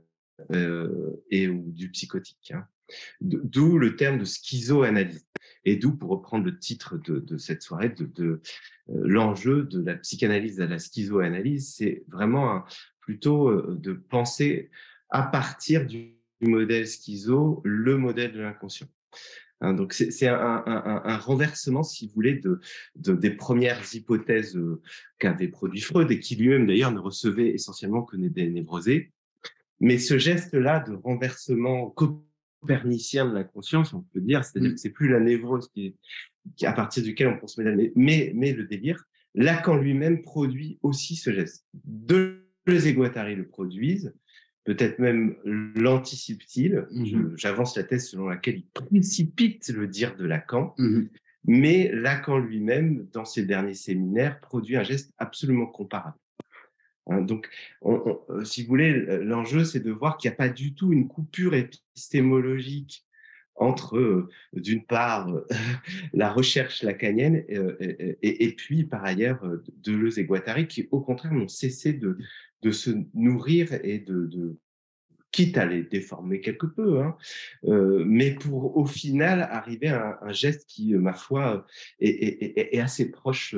ou du psychotique. D'où le terme de schizoanalyse. Et d'où, pour reprendre le titre de cette soirée, l'enjeu de la psychanalyse à la schizoanalyse, c'est vraiment plutôt de penser à partir du modèle schizo, le modèle de l'inconscient. Donc c'est un renversement, si vous voulez, des premières hypothèses qu'avait produit Freud et qui lui-même d'ailleurs ne recevait essentiellement que des névrosés. Mais ce geste-là de renversement copernicien de la conscience, on peut dire, c'est-à-dire que c'est plus la névrose qui à partir duquel on pense mais le délire. Lacan lui-même produit aussi ce geste. Deleuze-Guattari le produisent, peut-être même l'anti-subtil. J'avance la thèse selon laquelle il précipite le dire de Lacan. Mais Lacan lui-même, dans ses derniers séminaires, produit un geste absolument comparable. Donc, si vous voulez, l'enjeu, c'est de voir qu'il n'y a pas du tout une coupure épistémologique entre, d'une part, la recherche lacanienne et puis, par ailleurs, Deleuze et Guattari, qui, au contraire, n'ont cessé de se nourrir et quitte à les déformer quelque peu, mais pour, au final, arriver à un geste qui, ma foi, est assez proche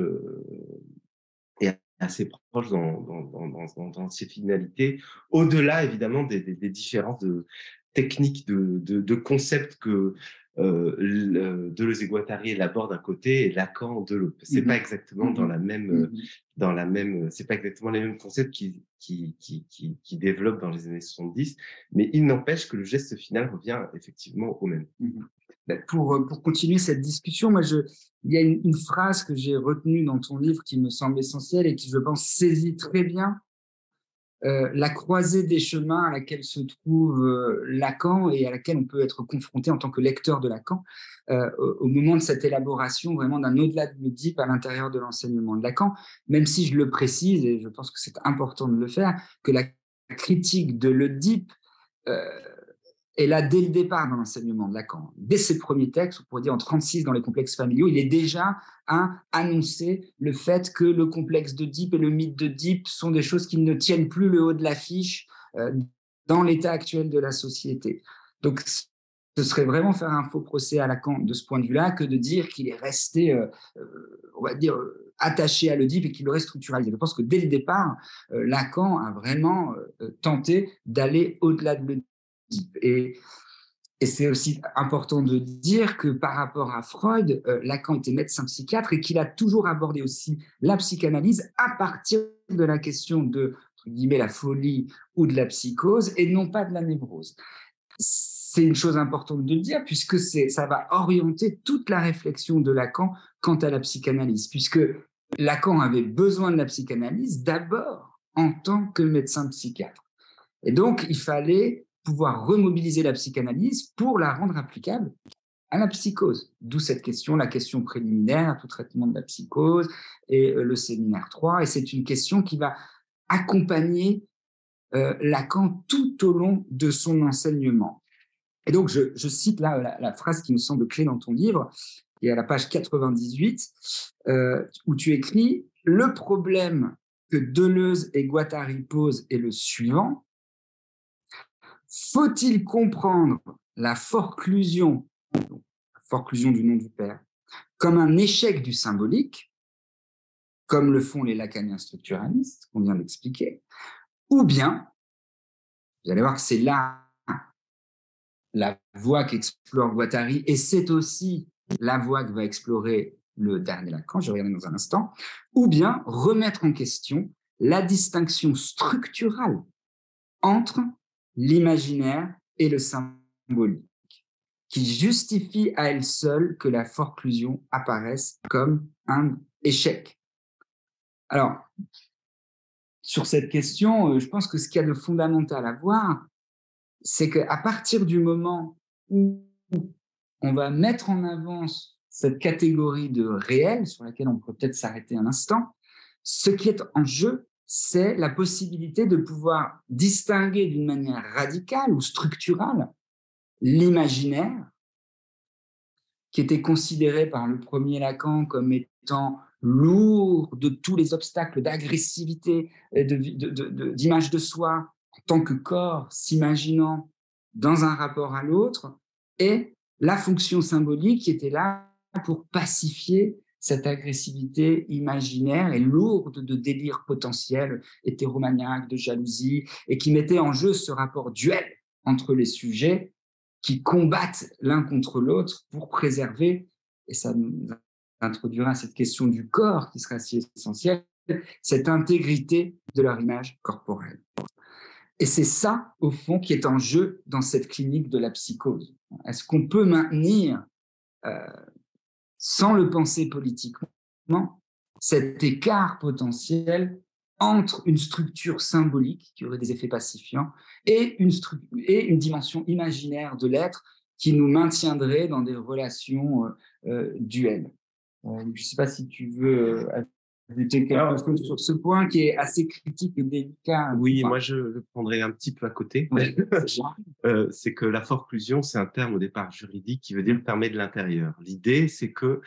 dans ses finalités, au-delà évidemment des différences de techniques, de concepts que Deleuze et Guattari élaborent d'un côté et Lacan de l'autre. C'est pas exactement c'est pas exactement les mêmes concepts qui développent dans les années 70, mais il n'empêche que le geste final revient effectivement au même. Pour continuer cette discussion, il y a une phrase que j'ai retenue dans ton livre qui me semble essentielle et qui, je pense, saisit très bien la croisée des chemins à laquelle se trouve Lacan et à laquelle on peut être confronté en tant que lecteur de Lacan au moment de cette élaboration vraiment d'un au-delà de l'Oedipe à l'intérieur de l'enseignement de Lacan, même si je le précise, et je pense que c'est important de le faire, que la critique de l'Oedipe est là dès le départ dans l'enseignement de Lacan. Dès ses premiers textes, on pourrait dire en 36 dans les complexes familiaux, il est déjà à annoncer le fait que le complexe d'Oedipe et le mythe d'Oedipe sont des choses qui ne tiennent plus le haut de l'affiche dans l'état actuel de la société. Donc, ce serait vraiment faire un faux procès à Lacan de ce point de vue-là que de dire qu'il est resté, on va dire, attaché à l'Oedipe et qu'il l'aurait structuralisé. Je pense que dès le départ, Lacan a vraiment tenté d'aller au-delà de l'Oedipe. Et c'est aussi important de dire que par rapport à Freud, Lacan était médecin psychiatre et qu'il a toujours abordé aussi la psychanalyse à partir de la question de, entre guillemets, la folie ou de la psychose et non pas de la névrose. C'est une chose importante de le dire puisque ça va orienter toute la réflexion de Lacan quant à la psychanalyse, puisque Lacan avait besoin de la psychanalyse d'abord en tant que médecin psychiatre. Et donc, il fallait pouvoir remobiliser la psychanalyse pour la rendre applicable à la psychose. D'où cette question, la question préliminaire à tout traitement de la psychose et le séminaire 3. Et c'est une question qui va accompagner Lacan tout au long de son enseignement. Et donc, je cite là la phrase qui me semble clé dans ton livre, qui est à la page 98, où tu écris « Le problème que Deleuze et Guattari posent est le suivant. Faut-il comprendre la forclusion du nom du père, comme un échec du symbolique, comme le font les lacaniens structuralistes, qu'on vient d'expliquer, ou bien, vous allez voir que c'est là la voie qu'explore Guattari, et c'est aussi la voie que va explorer le dernier Lacan, je reviendrai dans un instant, ou bien remettre en question la distinction structurale entre l'imaginaire et le symbolique, qui justifie à elle seule que la forclusion apparaisse comme un échec. Alors, sur cette question, je pense que ce qu'il y a de fondamental à voir, c'est qu'à partir du moment où on va mettre en avant cette catégorie de réel, sur laquelle on peut peut-être s'arrêter un instant, ce qui est en jeu, c'est la possibilité de pouvoir distinguer d'une manière radicale ou structurale l'imaginaire, qui était considéré par le premier Lacan comme étant lourd de tous les obstacles d'agressivité, d'image de soi, en tant que corps s'imaginant dans un rapport à l'autre, et la fonction symbolique qui était là pour pacifier cette agressivité imaginaire et lourde de délire potentiel, hétéromaniaque, de jalousie, et qui mettait en jeu ce rapport duel entre les sujets qui combattent l'un contre l'autre pour préserver, et ça nous introduira cette question du corps qui sera si essentielle, cette intégrité de leur image corporelle. Et c'est ça, au fond, qui est en jeu dans cette clinique de la psychose. Est-ce qu'on peut maintenir, sans le penser politiquement, cet écart potentiel entre une structure symbolique qui aurait des effets pacifiants et une dimension imaginaire de l'être qui nous maintiendrait dans des relations duelles. Je ne sais pas si tu veux ajouter quelque chose sur ce point qui est assez critique et délicat. Oui, moi je le prendrais un petit peu à côté. Oui. C'est que la forclusion, c'est un terme au départ juridique qui veut dire fermer de l'intérieur. L'idée, c'est que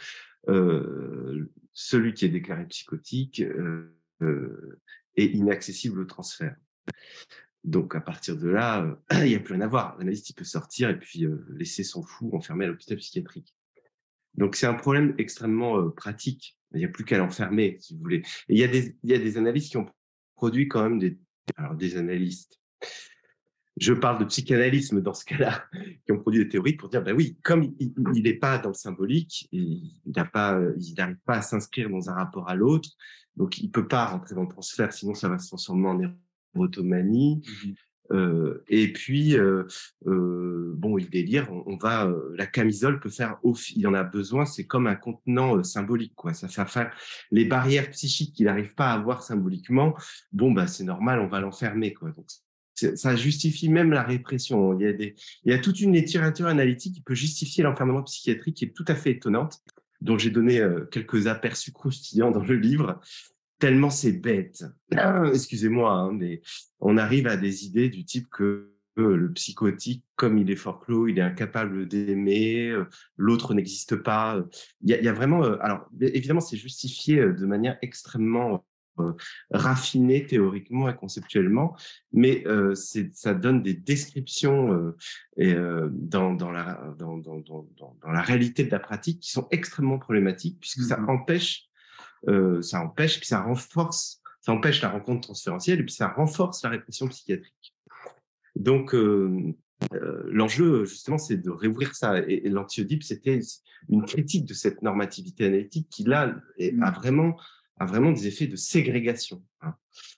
celui qui est déclaré psychotique est inaccessible au transfert. Donc, à partir de là, il n'y a plus rien à voir. L'analyste, il peut sortir et puis laisser son fou enfermé à l'hôpital psychiatrique. Donc, c'est un problème extrêmement pratique. Il n'y a plus qu'à l'enfermer, si vous voulez. Et il y a des analystes qui ont produit quand même des analystes. Je parle de psychanalysme dans ce cas-là, qui ont produit des théories pour dire, ben oui, comme il n'est pas dans le symbolique, il n'arrive pas à s'inscrire dans un rapport à l'autre, donc il peut pas rentrer dans le transfert, sinon ça va se transformer en érotomanie. Et puis, bon, il délire, la camisole peut faire, il en a besoin, c'est comme un contenant symbolique, quoi. Ça fait faire les barrières psychiques qu'il n'arrive pas à avoir symboliquement. Bon, bah, c'est normal, on va l'enfermer, quoi. Donc, ça justifie même la répression. Il y a toute une littérature analytique qui peut justifier l'enfermement psychiatrique qui est tout à fait étonnante, dont j'ai donné quelques aperçus croustillants dans le livre. Tellement c'est bête. Excusez-moi, hein, mais on arrive à des idées du type que le psychotique, comme il est forclos, il est incapable d'aimer, l'autre n'existe pas. Il y a vraiment, alors évidemment, c'est justifié de manière extrêmement raffinée théoriquement et conceptuellement, mais ça donne des descriptions dans la réalité de la pratique qui sont extrêmement problématiques puisque ça empêche, puis ça empêche la rencontre transférentielle et puis ça renforce la répression psychiatrique. Donc, l'enjeu, justement, c'est de réouvrir ça. Et l'anti-Oedipe, c'était une critique de cette normativité analytique qui, là, a vraiment des effets de ségrégation. Hein.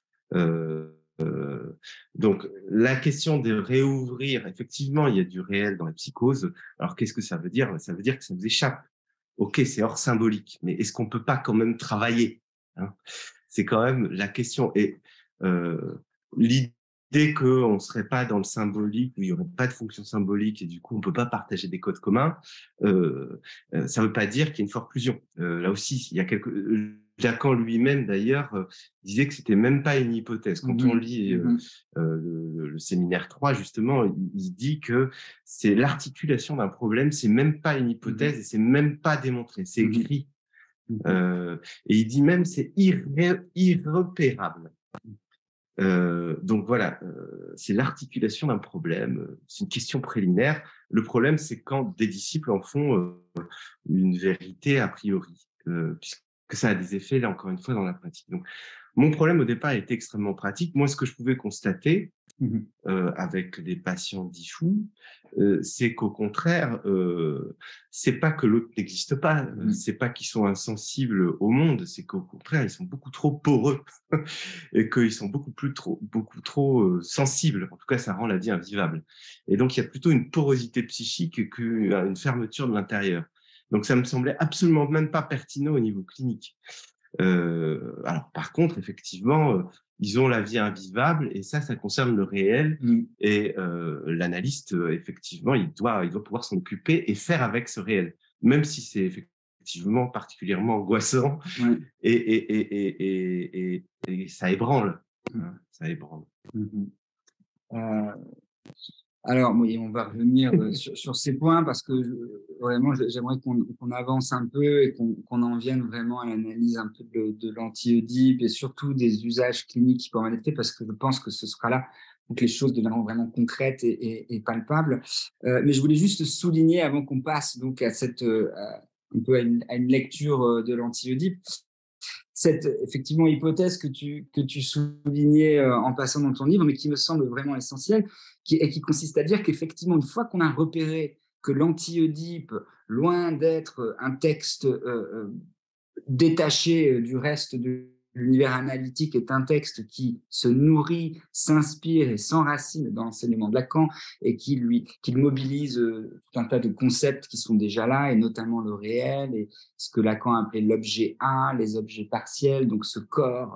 Donc, la question de réouvrir, effectivement, il y a du réel dans la psychose. Alors, qu'est-ce que ça veut dire? Ça veut dire que ça nous échappe. Ok, c'est hors symbolique, mais est-ce qu'on peut pas quand même travailler, hein? C'est quand même la question. Et l'idée qu'on ne serait pas dans le symbolique, où il n'y aurait pas de fonction symbolique, et du coup on ne peut pas partager des codes communs, ça ne veut pas dire qu'il y a une forclusion. Là aussi, il y a Lacan lui-même, d'ailleurs, disait que c'était même pas une hypothèse. Quand on lit le séminaire 3, justement, il dit que c'est l'articulation d'un problème, c'est même pas une hypothèse et c'est même pas démontré, c'est écrit. Et il dit même c'est irrepérable. Donc voilà, c'est l'articulation d'un problème, c'est une question préliminaire. Le problème, c'est quand des disciples en font une vérité a priori, puisque ça a des effets, là encore une fois, dans la pratique. Donc, mon problème au départ était extrêmement pratique. Moi, ce que je pouvais constater avec les patients dits fous, c'est qu'au contraire, c'est pas que l'autre n'existe pas, c'est pas qu'ils sont insensibles au monde, c'est qu'au contraire, ils sont beaucoup trop poreux et qu'ils sont beaucoup trop sensibles. En tout cas, ça rend la vie invivable. Et donc, il y a plutôt une porosité psychique qu'une fermeture de l'intérieur. Donc, ça me semblait absolument même pas pertinent au niveau clinique. Alors, par contre, effectivement, ils ont la vie invivable et ça concerne le réel. Et l'analyste, effectivement, il doit pouvoir s'en occuper et faire avec ce réel, même si c'est effectivement particulièrement angoissant et ça ébranle. Ça ébranle. Alors, oui, on va revenir sur ces points parce que vraiment, j'aimerais qu'on avance un peu et qu'on en vienne vraiment à l'analyse un peu de l'anti-Oedipe et surtout des usages cliniques qui peuvent en être faits parce que je pense que ce sera là où les choses deviendront vraiment concrètes et palpables. Mais je voulais juste souligner avant qu'on passe donc à un peu à une lecture de l'anti-Oedipe, cette effectivement hypothèse que tu soulignais en passant dans ton livre, mais qui me semble vraiment essentielle, qui consiste à dire qu'effectivement, une fois qu'on a repéré que l'anti-Oedipe, loin d'être un texte détaché du reste de l'univers analytique, est un texte qui se nourrit, s'inspire et s'enracine dans l'enseignement de Lacan et qui mobilise tout un tas de concepts qui sont déjà là, et notamment le réel et ce que Lacan appelait l'objet A, les objets partiels, donc ce corps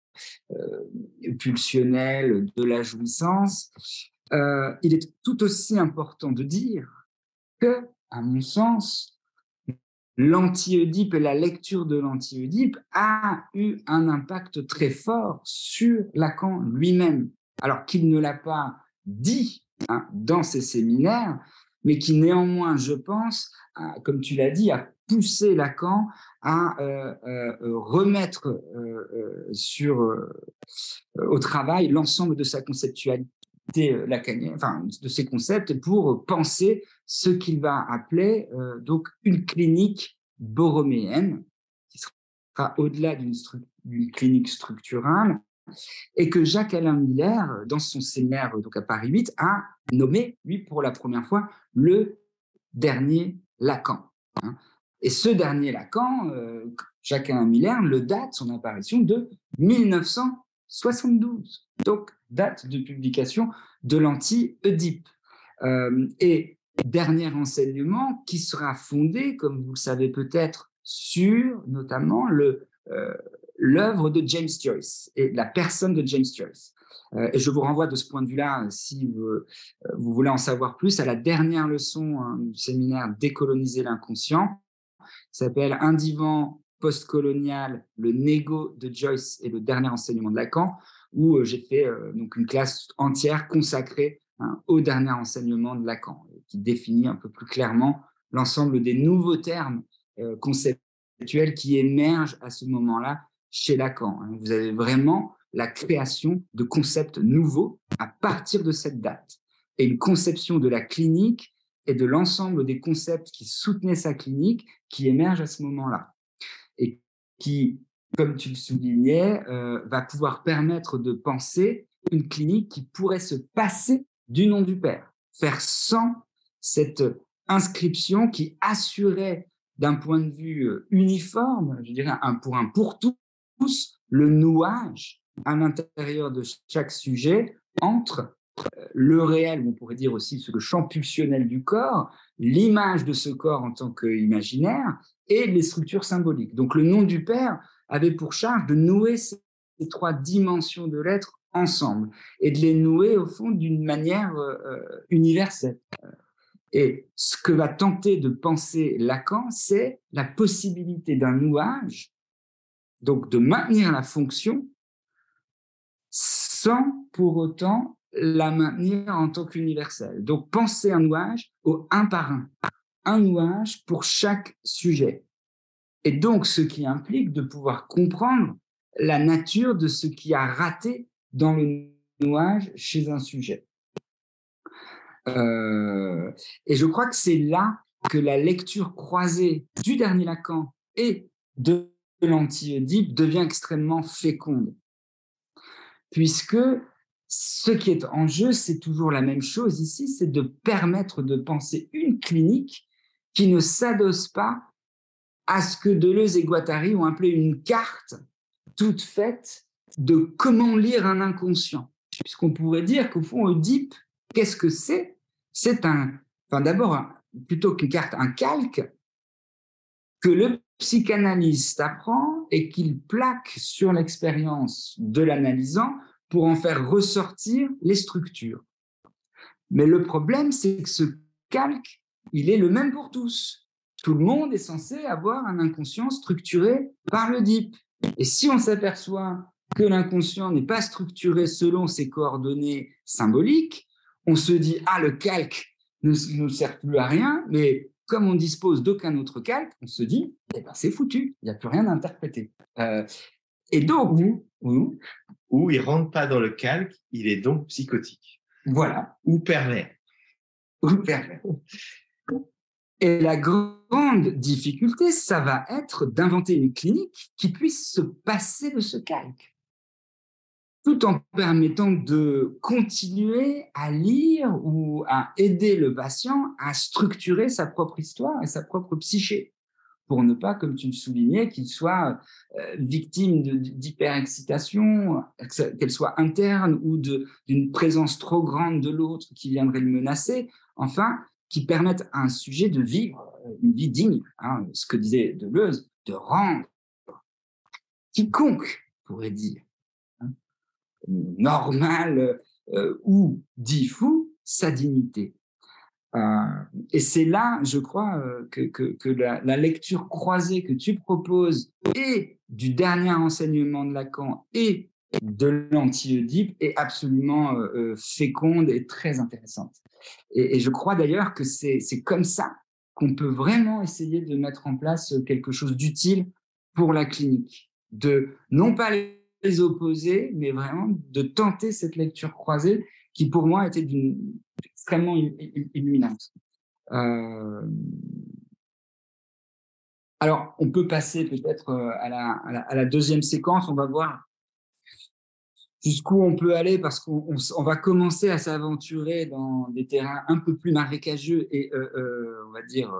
pulsionnel de la jouissance. Il est tout aussi important de dire que, à mon sens, l'anti-Oedipe et la lecture de l'anti-Oedipe a eu un impact très fort sur Lacan lui-même, alors qu'il ne l'a pas dit dans ses séminaires, mais qui néanmoins, je pense, comme tu l'as dit, a poussé Lacan à remettre au travail l'ensemble de sa conceptualité lacanienne, enfin de ses concepts, pour penser ce qu'il va appeler donc une clinique borroméenne, qui sera au-delà d'une clinique structurale, et que Jacques-Alain Miller, dans son séminaire donc à Paris 8, a nommé, lui, pour la première fois, le dernier Lacan. Et ce dernier Lacan, Jacques-Alain Miller le date, son apparition, de 1972. Donc, date de publication de l'anti-Oedipe. Et dernier enseignement qui sera fondé, comme vous le savez peut-être, sur notamment l'œuvre de James Joyce et la personne de James Joyce. Et je vous renvoie de ce point de vue-là, si vous voulez en savoir plus, à la dernière leçon du séminaire Décoloniser l'inconscient, qui s'appelle Un divan postcolonial, le négo de Joyce et le dernier enseignement de Lacan, où j'ai fait donc une classe entière consacrée au dernier enseignement de Lacan, qui définit un peu plus clairement l'ensemble des nouveaux termes conceptuels qui émergent à ce moment-là chez Lacan. Vous avez vraiment la création de concepts nouveaux à partir de cette date et une conception de la clinique et de l'ensemble des concepts qui soutenaient sa clinique qui émergent à ce moment-là et qui, comme tu le soulignais, va pouvoir permettre de penser une clinique qui pourrait se passer du nom du père, faire sans cette inscription qui assurait d'un point de vue uniforme, je dirais pour tous, le nouage à l'intérieur de chaque sujet entre le réel, on pourrait dire aussi le champ pulsionnel du corps, l'image de ce corps en tant qu'imaginaire et les structures symboliques. Donc le nom du Père avait pour charge de nouer ces trois dimensions de l'être ensemble et de les nouer au fond d'une manière universelle. Et ce que va tenter de penser Lacan, c'est la possibilité d'un nouage, donc de maintenir la fonction sans pour autant la maintenir en tant qu'universelle. Donc, penser un nouage au un par un nouage pour chaque sujet. Et donc, ce qui implique de pouvoir comprendre la nature de ce qui a raté dans le nouage chez un sujet. Et je crois que c'est là que la lecture croisée du dernier Lacan et de l'anti-Oedipe devient extrêmement féconde. Puisque ce qui est en jeu, c'est toujours la même chose ici, c'est de permettre de penser une clinique qui ne s'adosse pas à ce que Deleuze et Guattari ont appelé une carte toute faite de comment lire un inconscient. Puisqu'on pourrait dire qu'au fond, Oedipe, qu'est-ce que c'est? C'est d'abord, plutôt qu'une carte, un calque que le psychanalyste apprend et qu'il plaque sur l'expérience de l'analysant pour en faire ressortir les structures. Mais le problème, c'est que ce calque, il est le même pour tous. Tout le monde est censé avoir un inconscient structuré par l'Oedipe. Et si on s'aperçoit que l'inconscient n'est pas structuré selon ses coordonnées symboliques, on se dit « Ah, le calque ne sert plus à rien », mais comme on dispose d'aucun autre calque, on se dit eh ben, c'est foutu, il n'y a plus rien à interpréter. Et donc, où il ne rentre pas dans le calque, il est donc psychotique. Voilà. Ou pervers. Ou pervers. Et la grande difficulté, ça va être d'inventer une clinique qui puisse se passer de ce calque, tout en permettant de continuer à lire ou à aider le patient à structurer sa propre histoire et sa propre psyché, pour ne pas, comme tu le soulignais, qu'il soit victime d'hyperexcitation, qu'elle soit interne ou d'une présence trop grande de l'autre qui viendrait le menacer, enfin, qui permettent à un sujet de vivre une vie digne, ce que disait Deleuze, de rendre quiconque, pourrait dire, normal ou dit fou, sa dignité. Et c'est là, je crois, que la lecture croisée que tu proposes et du dernier enseignement de Lacan et de l'anti-Oedipe est absolument féconde et très intéressante. Et je crois d'ailleurs que c'est comme ça qu'on peut vraiment essayer de mettre en place quelque chose d'utile pour la clinique, de non pas les opposer, mais vraiment de tenter cette lecture croisée qui pour moi était extrêmement illuminante. Alors, on peut passer peut-être à la deuxième séquence. On va voir jusqu'où on peut aller parce qu'on va commencer à s'aventurer dans des terrains un peu plus marécageux et, on va dire,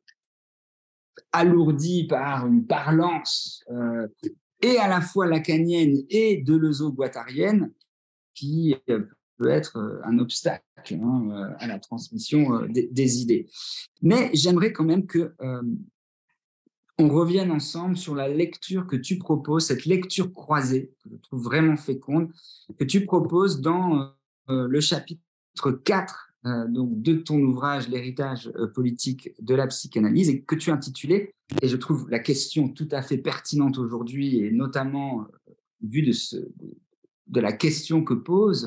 alourdis par une parlance et à la fois lacanienne et deleuzo-guattarienne. qui peut être un obstacle à la transmission des idées. Mais j'aimerais quand même que on revienne ensemble sur la lecture que tu proposes, cette lecture croisée, que je trouve vraiment féconde, que tu proposes dans le chapitre 4 donc de ton ouvrage L'héritage politique de la psychanalyse, et que tu intitulais, et je trouve la question tout à fait pertinente aujourd'hui, et notamment vu de la question que pose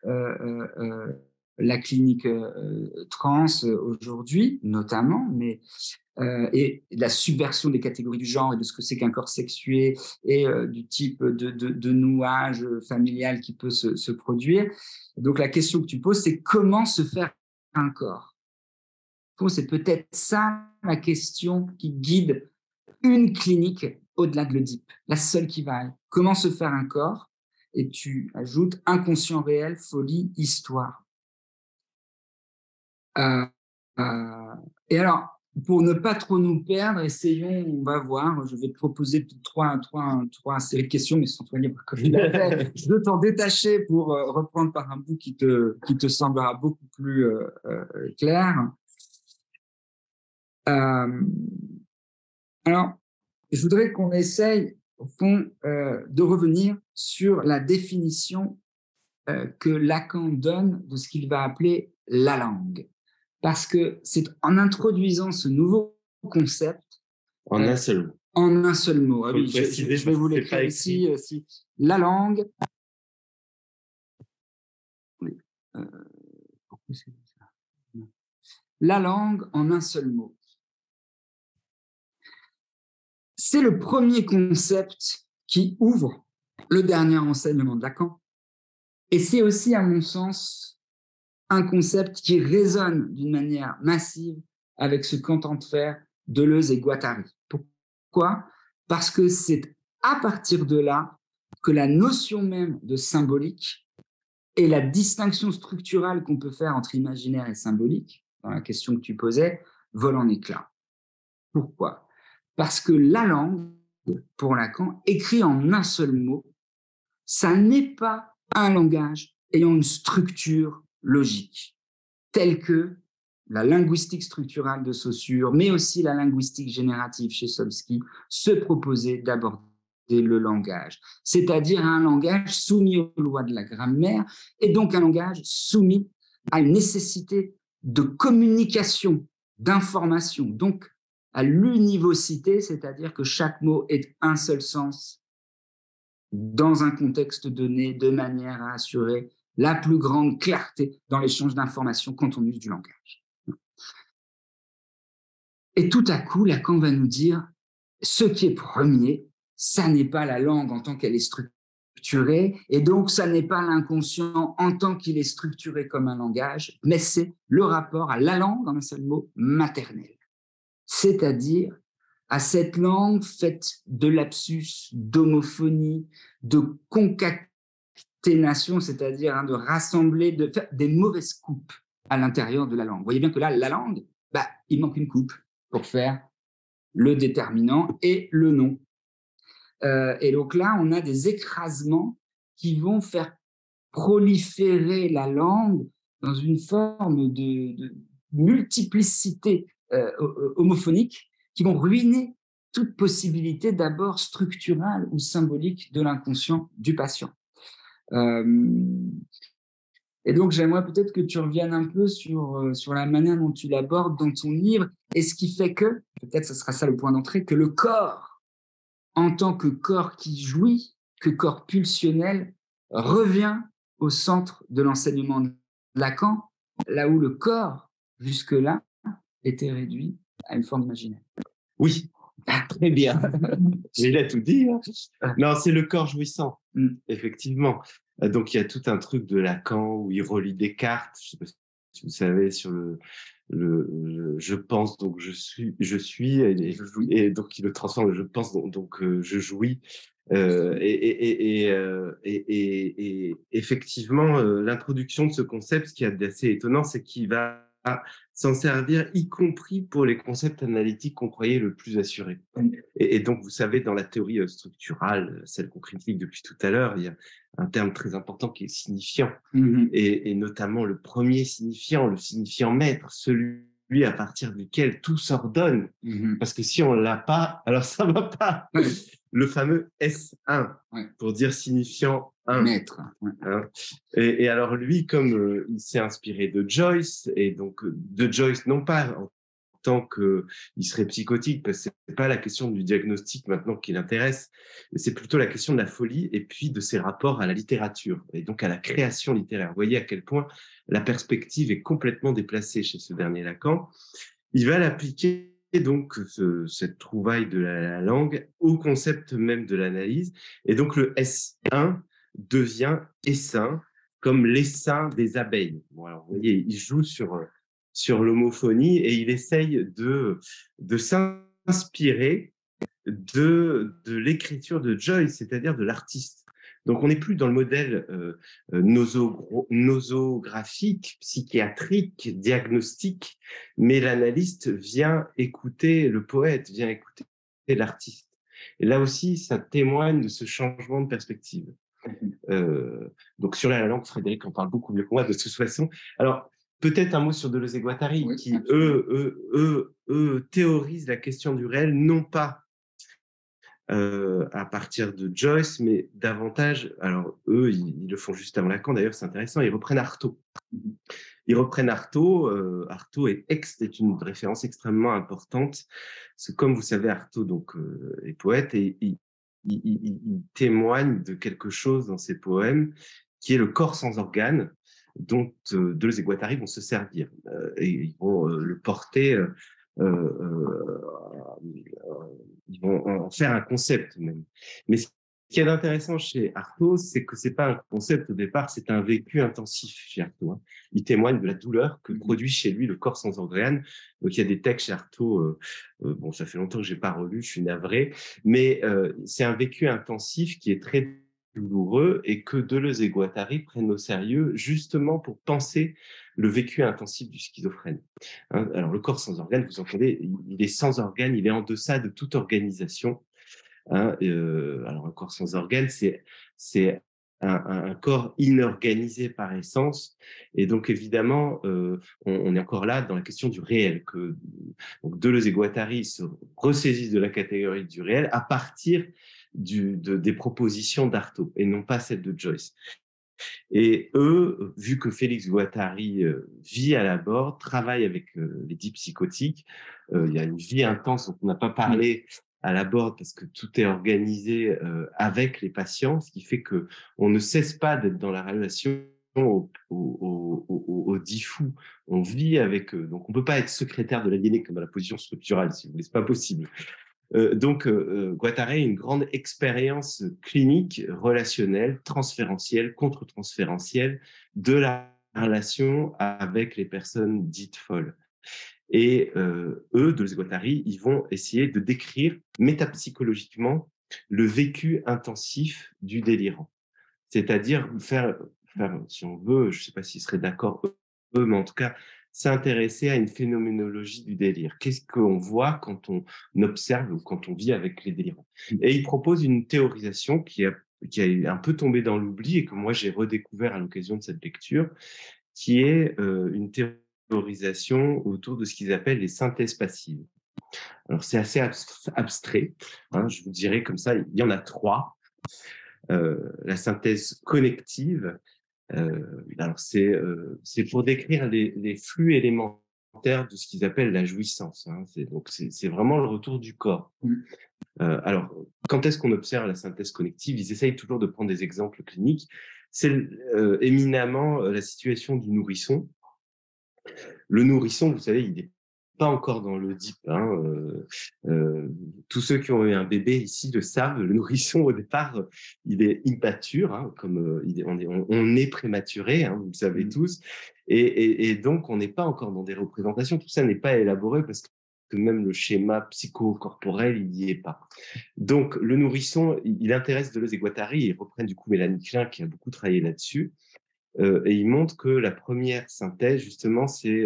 la clinique trans aujourd'hui, notamment, mais et la subversion des catégories du genre et de ce que c'est qu'un corps sexué et du type de nouage familial qui peut se produire. Donc la question que tu poses, c'est comment se faire un corps. C'est peut-être ça la question qui guide une clinique au-delà de l'Oedipe, la seule qui vaille. Comment se faire un corps? Et tu ajoutes inconscient réel, folie, histoire. Et alors, pour ne pas trop nous perdre, essayons, on va voir, je vais te proposer trois séries de questions, mais sans toi libre comme il a fait, de t'en détacher pour reprendre par un bout qui te semblera beaucoup plus clair. Alors, je voudrais qu'on essaye, au fond, de revenir sur la définition que Lacan donne de ce qu'il va appeler la langue. Parce que c'est en introduisant ce nouveau concept en un seul mot. En un seul mot. Ah oui, je vais vous l'écrire ici. La langue. Oui. La langue en un seul mot. C'est le premier concept qui ouvre le dernier enseignement de Lacan. Et c'est aussi, à mon sens, un concept qui résonne d'une manière massive avec ce qu'entendent faire Deleuze et Guattari. Pourquoi? Parce que c'est à partir de là que la notion même de symbolique et la distinction structurale qu'on peut faire entre imaginaire et symbolique, dans la question que tu posais, volent en éclats. Pourquoi? Parce que la langue, pour Lacan, écrit en un seul mot, ça n'est pas un langage ayant une structure logique, telle que la linguistique structurale de Saussure, mais aussi la linguistique générative chez Chomsky, se proposait d'aborder le langage, c'est-à-dire un langage soumis aux lois de la grammaire, et donc un langage soumis à une nécessité de communication, d'information, donc à l'univocité, c'est-à-dire que chaque mot ait un seul sens dans un contexte donné, de manière à assurer la plus grande clarté dans l'échange d'informations quand on use du langage. Et tout à coup, Lacan va nous dire, ce qui est premier, ça n'est pas la langue en tant qu'elle est structurée, et donc ça n'est pas l'inconscient en tant qu'il est structuré comme un langage, mais c'est le rapport à la langue, en un seul mot, maternelle. C'est-à-dire à cette langue faite de lapsus, d'homophonie, de concaténation, c'est-à-dire de rassembler des mauvaises coupes à l'intérieur de la langue. Vous voyez bien que là, la langue, il manque une coupe pour faire le déterminant et le nom. Et donc là, on a des écrasements qui vont faire proliférer la langue dans une forme de multiplicité homophonique qui vont ruiner toute possibilité d'abord structurale ou symbolique de l'inconscient du patient. Et donc, j'aimerais peut-être que tu reviennes un peu sur la manière dont tu l'abordes dans ton livre, et ce qui fait que, peut-être ce sera ça le point d'entrée, que le corps, en tant que corps qui jouit, que corps pulsionnel, revient au centre de l'enseignement de Lacan, là où le corps, jusque-là, était réduit à une forme imaginaire. Oui, très bien. Il a tout dit. Hein. Non, c'est le corps jouissant, effectivement. Donc, il y a tout un truc de Lacan où il relie Descartes, je ne sais pas si vous savez, sur je pense, donc je suis, et donc il le transforme, je pense, donc je jouis. Et effectivement, l'introduction de ce concept, ce qui est assez étonnant, c'est qu'il va s'en servir, y compris pour les concepts analytiques qu'on croyait le plus assurés. Et donc, vous savez, dans la théorie structurale, celle qu'on critique depuis tout à l'heure, il y a un terme très important qui est signifiant, et notamment le premier signifiant, le signifiant maître, celui à partir duquel tout s'ordonne. Parce que si on l'a pas, alors ça va pas. Ouais. Le fameux S1, Ouais. pour dire signifiant 1. Maître. Ouais. Hein. Et alors lui, comme il s'est inspiré de Joyce, et donc de Joyce, non pas en tant qu'il serait psychotique, parce que c'est pas la question du diagnostic maintenant qui l'intéresse, c'est plutôt la question de la folie et puis de ses rapports à la littérature et donc à la création littéraire. Vous voyez à quel point la perspective est complètement déplacée chez ce dernier Lacan. Il va l'appliquer donc cette trouvaille de la langue au concept même de l'analyse, et donc le S1 devient essaim, comme l'essaim des abeilles. Bon, alors, vous voyez, il joue sur l'homophonie et il essaye de s'inspirer de l'écriture de Joyce, c'est-à-dire de l'artiste. Donc, on n'est plus dans le modèle nosographique, psychiatrique, diagnostique, mais l'analyste vient écouter le poète, vient écouter l'artiste. Et là aussi, ça témoigne de ce changement de perspective. Donc, sur la langue, Frédéric en parle beaucoup mieux que moi de toute façon. Alors, peut-être un mot sur Deleuze et Guattari, oui, qui, eux, théorisent la question du réel, non pas à partir de Joyce, mais davantage, alors eux, ils le font juste avant Lacan, d'ailleurs, c'est intéressant, ils reprennent Artaud. Ils reprennent Artaud. Artaud est une référence extrêmement importante, parce que comme vous savez, Artaud donc, est poète, et il témoigne de quelque chose dans ses poèmes, qui est le corps sans organes, dont Deleuze et Guattari vont se servir. Et ils vont le porter... ils vont en faire un concept même. Mais ce qui est intéressant chez Artaud, c'est que c'est pas un concept au départ, c'est un vécu intensif chez Artaud. Hein. Il témoigne de la douleur que produit chez lui le corps sans organes. Donc il y a des textes chez Artaud, bon, ça fait longtemps que j'ai pas relu, je suis navré, mais c'est un vécu intensif qui est très douloureux et que Deleuze et Guattari prennent au sérieux justement pour penser le vécu intensif du schizophrène. Hein, alors, le corps sans organes, vous entendez, il est sans organes, il est en deçà de toute organisation. Hein, alors, un corps sans organes, c'est un corps inorganisé par essence. Et donc, évidemment, on est encore là dans la question du réel, que donc, Deleuze et Guattari se ressaisissent de la catégorie du réel à partir des propositions d'Artaud, et non pas celles de Joyce. Et eux, vu que Félix Guattari vit à la Borde, travaille avec les dits psychotiques, il y a une vie intense dont on n'a pas parlé à la Borde parce que tout est organisé avec les patients, ce qui fait que on ne cesse pas d'être dans la relation au dit fou. On vit avec eux. Donc, on ne peut pas être secrétaire de l'aliéné comme à la position structurale, si vous voulez, c'est pas possible. Donc, Guattari a une grande expérience clinique, relationnelle, transférentielle, contre-transférentielle de la relation avec les personnes dites folles. Et eux, Deleuze et Guattari, ils vont essayer de décrire métapsychologiquement le vécu intensif du délirant. C'est-à-dire faire, si on veut, je ne sais pas s'ils seraient d'accord eux, mais en tout cas, s'intéresser à une phénoménologie du délire. Qu'est-ce qu'on voit quand on observe ou quand on vit avec les délirants? Et il propose une théorisation qui a un peu tombé dans l'oubli et que moi j'ai redécouvert à l'occasion de cette lecture, qui est une théorisation autour de ce qu'ils appellent les synthèses passives. Alors c'est assez abstrait, hein, je vous dirais comme ça, il y en a 3. La synthèse connective, alors c'est pour décrire les flux élémentaires de ce qu'ils appellent la jouissance. Hein. C'est vraiment le retour du corps. Alors, quand est-ce qu'on observe la synthèse connective? Ils essayent toujours de prendre des exemples cliniques. C'est éminemment la situation du nourrisson. Le nourrisson, vous savez, il n'est pas encore dans le deep. Hein. Tous ceux qui ont eu un bébé ici le savent. Le nourrisson, au départ, il est immature, hein, comme on est prématuré, hein, vous le savez tous. Et donc, on n'est pas encore dans des représentations. Tout ça n'est pas élaboré parce que même le schéma psychocorporel, il n'y est pas. Donc, le nourrisson, il intéresse Deleuze et Guattari. Ils reprennent du coup Mélanie Klein, qui a beaucoup travaillé là-dessus. Et il montre que la première synthèse, justement, c'est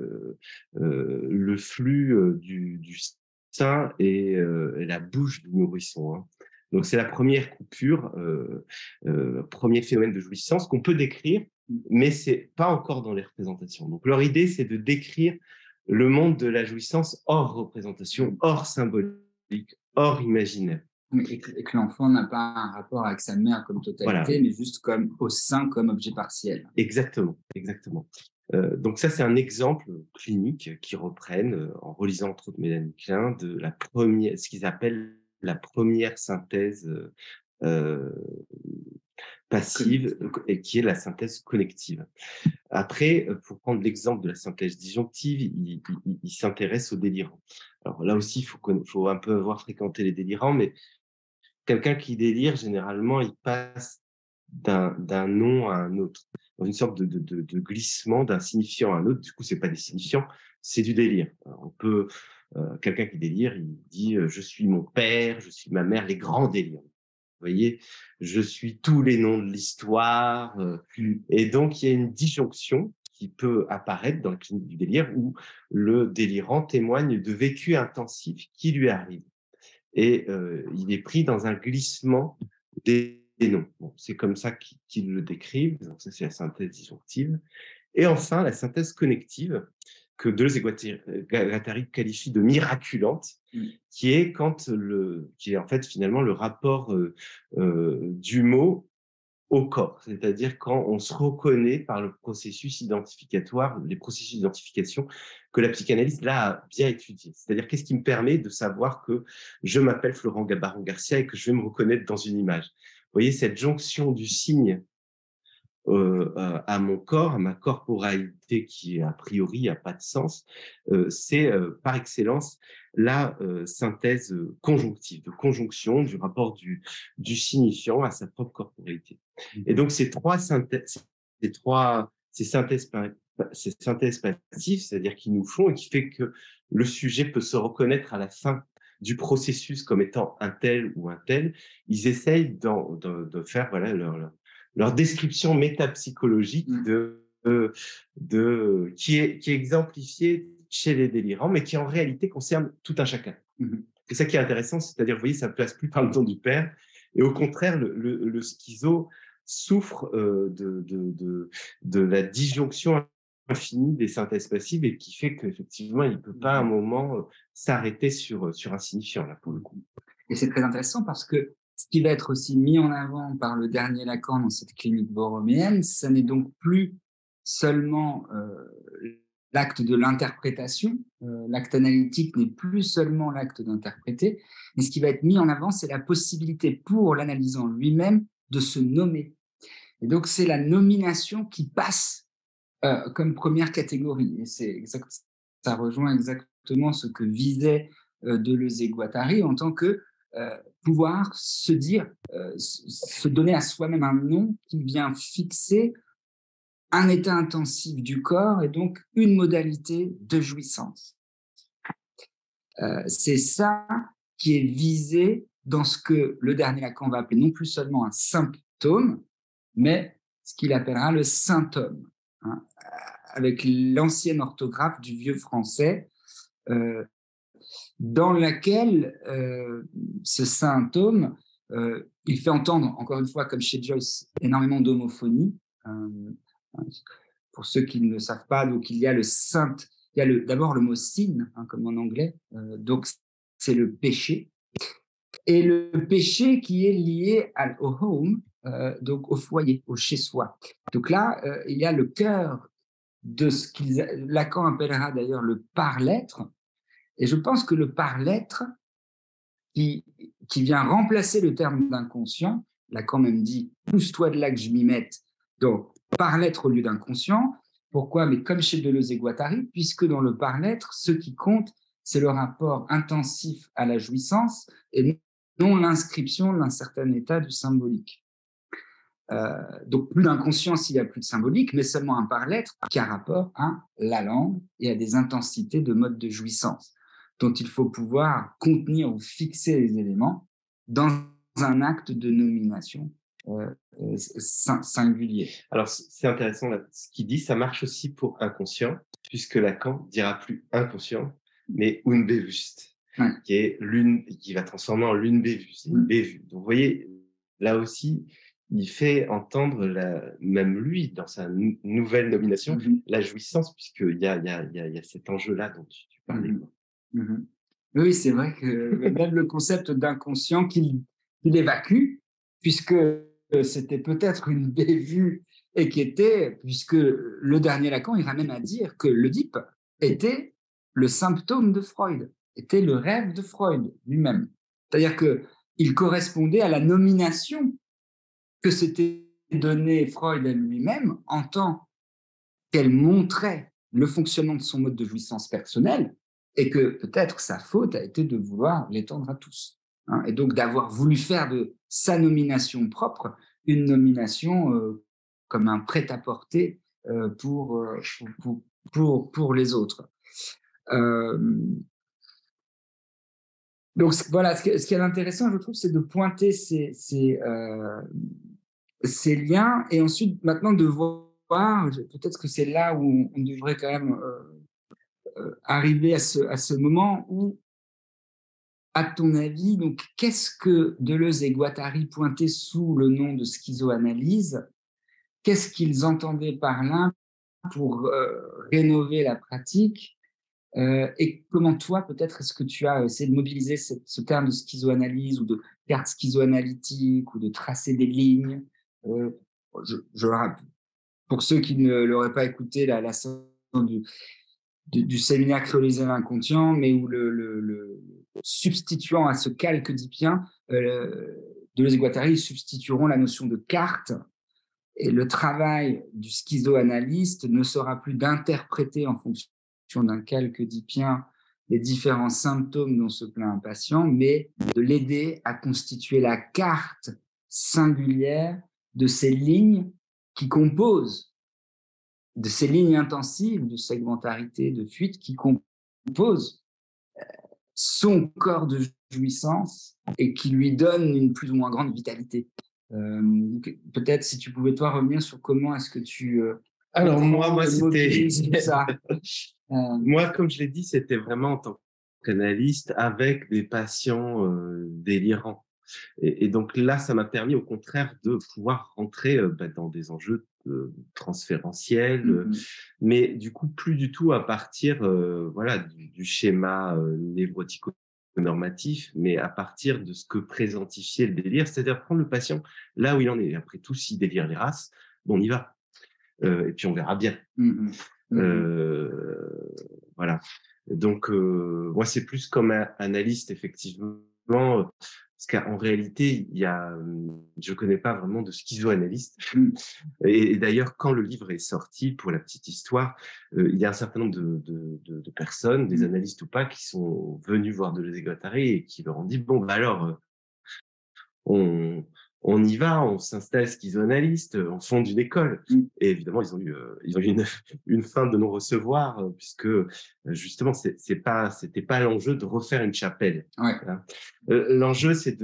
le flux du sein et la bouche du nourrisson, hein. Donc, c'est la première coupure, premier phénomène de jouissance qu'on peut décrire, mais c'est pas encore dans les représentations. Donc, leur idée, c'est de décrire le monde de la jouissance hors représentation, hors symbolique, hors imaginaire. Et que l'enfant n'a pas un rapport avec sa mère comme totalité, voilà, mais juste comme au sein, comme objet partiel. Exactement, exactement. Donc ça, c'est un exemple clinique qui reprennent, en relisant entre autres Mélanie Klein, de la première, ce qu'ils appellent la première synthèse passive, et qui est la synthèse connective. Après, pour prendre l'exemple de la synthèse disjonctive, il s'intéresse aux délirants. Alors là aussi, il faut un peu avoir fréquenté les délirants, mais quelqu'un qui délire, généralement, il passe d'un nom à un autre, dans une sorte de glissement d'un signifiant à un autre. Du coup, c'est pas des signifiants, c'est du délire. Alors, on peut, quelqu'un qui délire, il dit je suis mon père, je suis ma mère, les grands délires. Vous voyez, je suis tous les noms de l'histoire. Et donc, il y a une disjonction qui peut apparaître dans la clinique du délire où le délirant témoigne de vécus intensifs qui lui arrivent. Et il est pris dans un glissement des noms. Bon, c'est comme ça qu'ils le décrivent. Donc ça, c'est la synthèse disjonctive. Et enfin, la synthèse connective, que Deleuze et Guattari qualifient de miraculante, qui est en fait finalement le rapport du mot au corps, c'est-à-dire quand on se reconnaît par le processus identificatoire, les processus d'identification que la psychanalyse là a bien étudié. C'est-à-dire qu'est-ce qui me permet de savoir que je m'appelle Florent Gabaron-Garcia et que je vais me reconnaître dans une image. Vous voyez, cette jonction du signe à mon corps, à ma corporalité qui a priori n'a pas de sens, c'est par excellence la synthèse conjonctive, de conjonction du rapport du signifiant à sa propre corporalité. Et donc ces synthèses passives, c'est-à-dire qui nous font et qui fait que le sujet peut se reconnaître à la fin du processus comme étant un tel ou un tel, ils essayent de faire voilà leur description métapsychologique qui est exemplifiée chez les délirants, mais qui en réalité concerne tout un chacun. C'est ça qui est intéressant, c'est-à-dire, vous voyez, ça ne place plus par le nom du père, et au contraire, le schizo souffre de la disjonction infinie des synthèses passives et qui fait qu'effectivement, il ne peut pas à un moment s'arrêter sur un signifiant, là, pour le coup. Et c'est très intéressant parce que ce qui va être aussi mis en avant par le dernier Lacan dans cette clinique borroméenne, ce n'est donc plus seulement l'acte de l'interprétation, l'acte analytique n'est plus seulement l'acte d'interpréter, mais ce qui va être mis en avant, c'est la possibilité pour l'analysant lui-même de se nommer. Et donc, c'est la nomination qui passe comme première catégorie. Et ça rejoint exactement ce que visait Deleuze et Guattari en tant que pouvoir se dire, se donner à soi-même un nom qui vient fixer un état intensif du corps et donc une modalité de jouissance. C'est ça qui est visé dans ce que le dernier Lacan va appeler non plus seulement un symptôme, mais ce qu'il appellera le symptôme, hein, avec l'ancienne orthographe du vieux français, dans laquelle ce symptôme, il fait entendre, encore une fois, comme chez Joyce, énormément d'homophonie. Pour ceux qui ne le savent pas, donc il y a d'abord le mot sin, hein, comme en anglais, donc c'est le péché. Et le péché qui est lié au home, donc au foyer, au chez-soi. Donc là, il y a le cœur de ce Lacan appellera d'ailleurs le par-l'être. Et je pense que le par-l'être, qui vient remplacer le terme d'inconscient, Lacan même dit « pousse-toi de là que je m'y mette », donc par-l'être au lieu d'inconscient. Pourquoi? Mais comme chez Deleuze et Guattari, puisque dans le par-l'être, ce qui compte, c'est le rapport intensif à la jouissance et non l'inscription d'un certain état du symbolique. Donc plus d'inconscient s'il n'y a plus de symbolique, mais seulement un par-l'être qui a rapport à la langue et à des intensités de mode de jouissance dont il faut pouvoir contenir ou fixer les éléments dans un acte de nomination singulier. Alors, c'est intéressant, là, ce qu'il dit, ça marche aussi pour inconscient, puisque Lacan dira plus inconscient, mais unbewusst, Ouais. qui va transformer en l'unbewusst, c'est une bévue. Donc, vous voyez, là aussi, il fait entendre, même lui, dans sa nouvelle nomination, la jouissance, puisqu'il y a cet enjeu-là dont tu parlais. Oui, c'est vrai que même le concept d'inconscient qu'il évacue, puisque c'était peut-être une bévue et puisque le dernier Lacan ira même à dire que l'Oedipe était le symptôme de Freud, était le rêve de Freud lui-même. C'est-à-dire qu'il correspondait à la nomination que s'était donnée Freud à lui-même en tant qu'elle montrait le fonctionnement de son mode de jouissance personnelle et que peut-être sa faute a été de vouloir l'étendre à tous. Hein, et donc d'avoir voulu faire de sa nomination propre une nomination comme un prêt-à-porter pour les autres. Donc voilà, ce qui est intéressant, je trouve, c'est de pointer ces liens et ensuite maintenant de voir, peut-être que c'est là où on devrait quand même arriver à ce moment où, à ton avis, donc qu'est-ce que Deleuze et Guattari pointaient sous le nom de schizoanalyse? Qu'est-ce qu'ils entendaient par là pour rénover la pratique? Et comment toi, peut-être, est-ce que tu as essayé de mobiliser ce terme de schizoanalyse ou de carte schizoanalytique ou de tracer des lignes? Je pour ceux qui ne l'auraient pas écouté, la session du séminaire Créoliser l'inconscient, mais où le substituant à ce calque oedipien, Deleuze et Guattari substitueront la notion de carte. Et le travail du schizoanalyste ne sera plus d'interpréter en fonction d'un calque oedipien les différents symptômes dont se plaint un patient, mais de l'aider à constituer la carte singulière de ces lignes qui composent, de ces lignes intensives de segmentarité, de fuite qui composent son corps de jouissance et qui lui donnent une plus ou moins grande vitalité. Peut-être si tu pouvais toi revenir sur comment est-ce que tu alors moi c'était tout ça. Moi, comme je l'ai dit, c'était vraiment en tant qu'analyste avec des patients délirants. Et donc là, ça m'a permis au contraire de pouvoir rentrer dans des enjeux transférentiels, mais du coup plus du tout à partir voilà du schéma névrotico-normatif, mais à partir de ce que présentifiait le délire, c'est-à-dire prendre le patient là où il en est. Et après tout, s'il délire les races, bon, on y va. Et puis on verra bien. Voilà. Donc, moi, c'est plus comme un analyste, effectivement, parce qu'en réalité, je connais pas vraiment de schizoanalyste. Et d'ailleurs, quand le livre est sorti, pour la petite histoire, il y a un certain nombre de personnes, des analystes ou pas, qui sont venus voir Deleuze et Guattari et qui leur ont dit, bon, bah alors, on y va, on s'installe schizoanalyste, on fonde une école. Et évidemment, ils ont eu une fin de non-recevoir, puisque justement, c'était pas l'enjeu de refaire une chapelle. Ouais. Hein. L'enjeu, c'est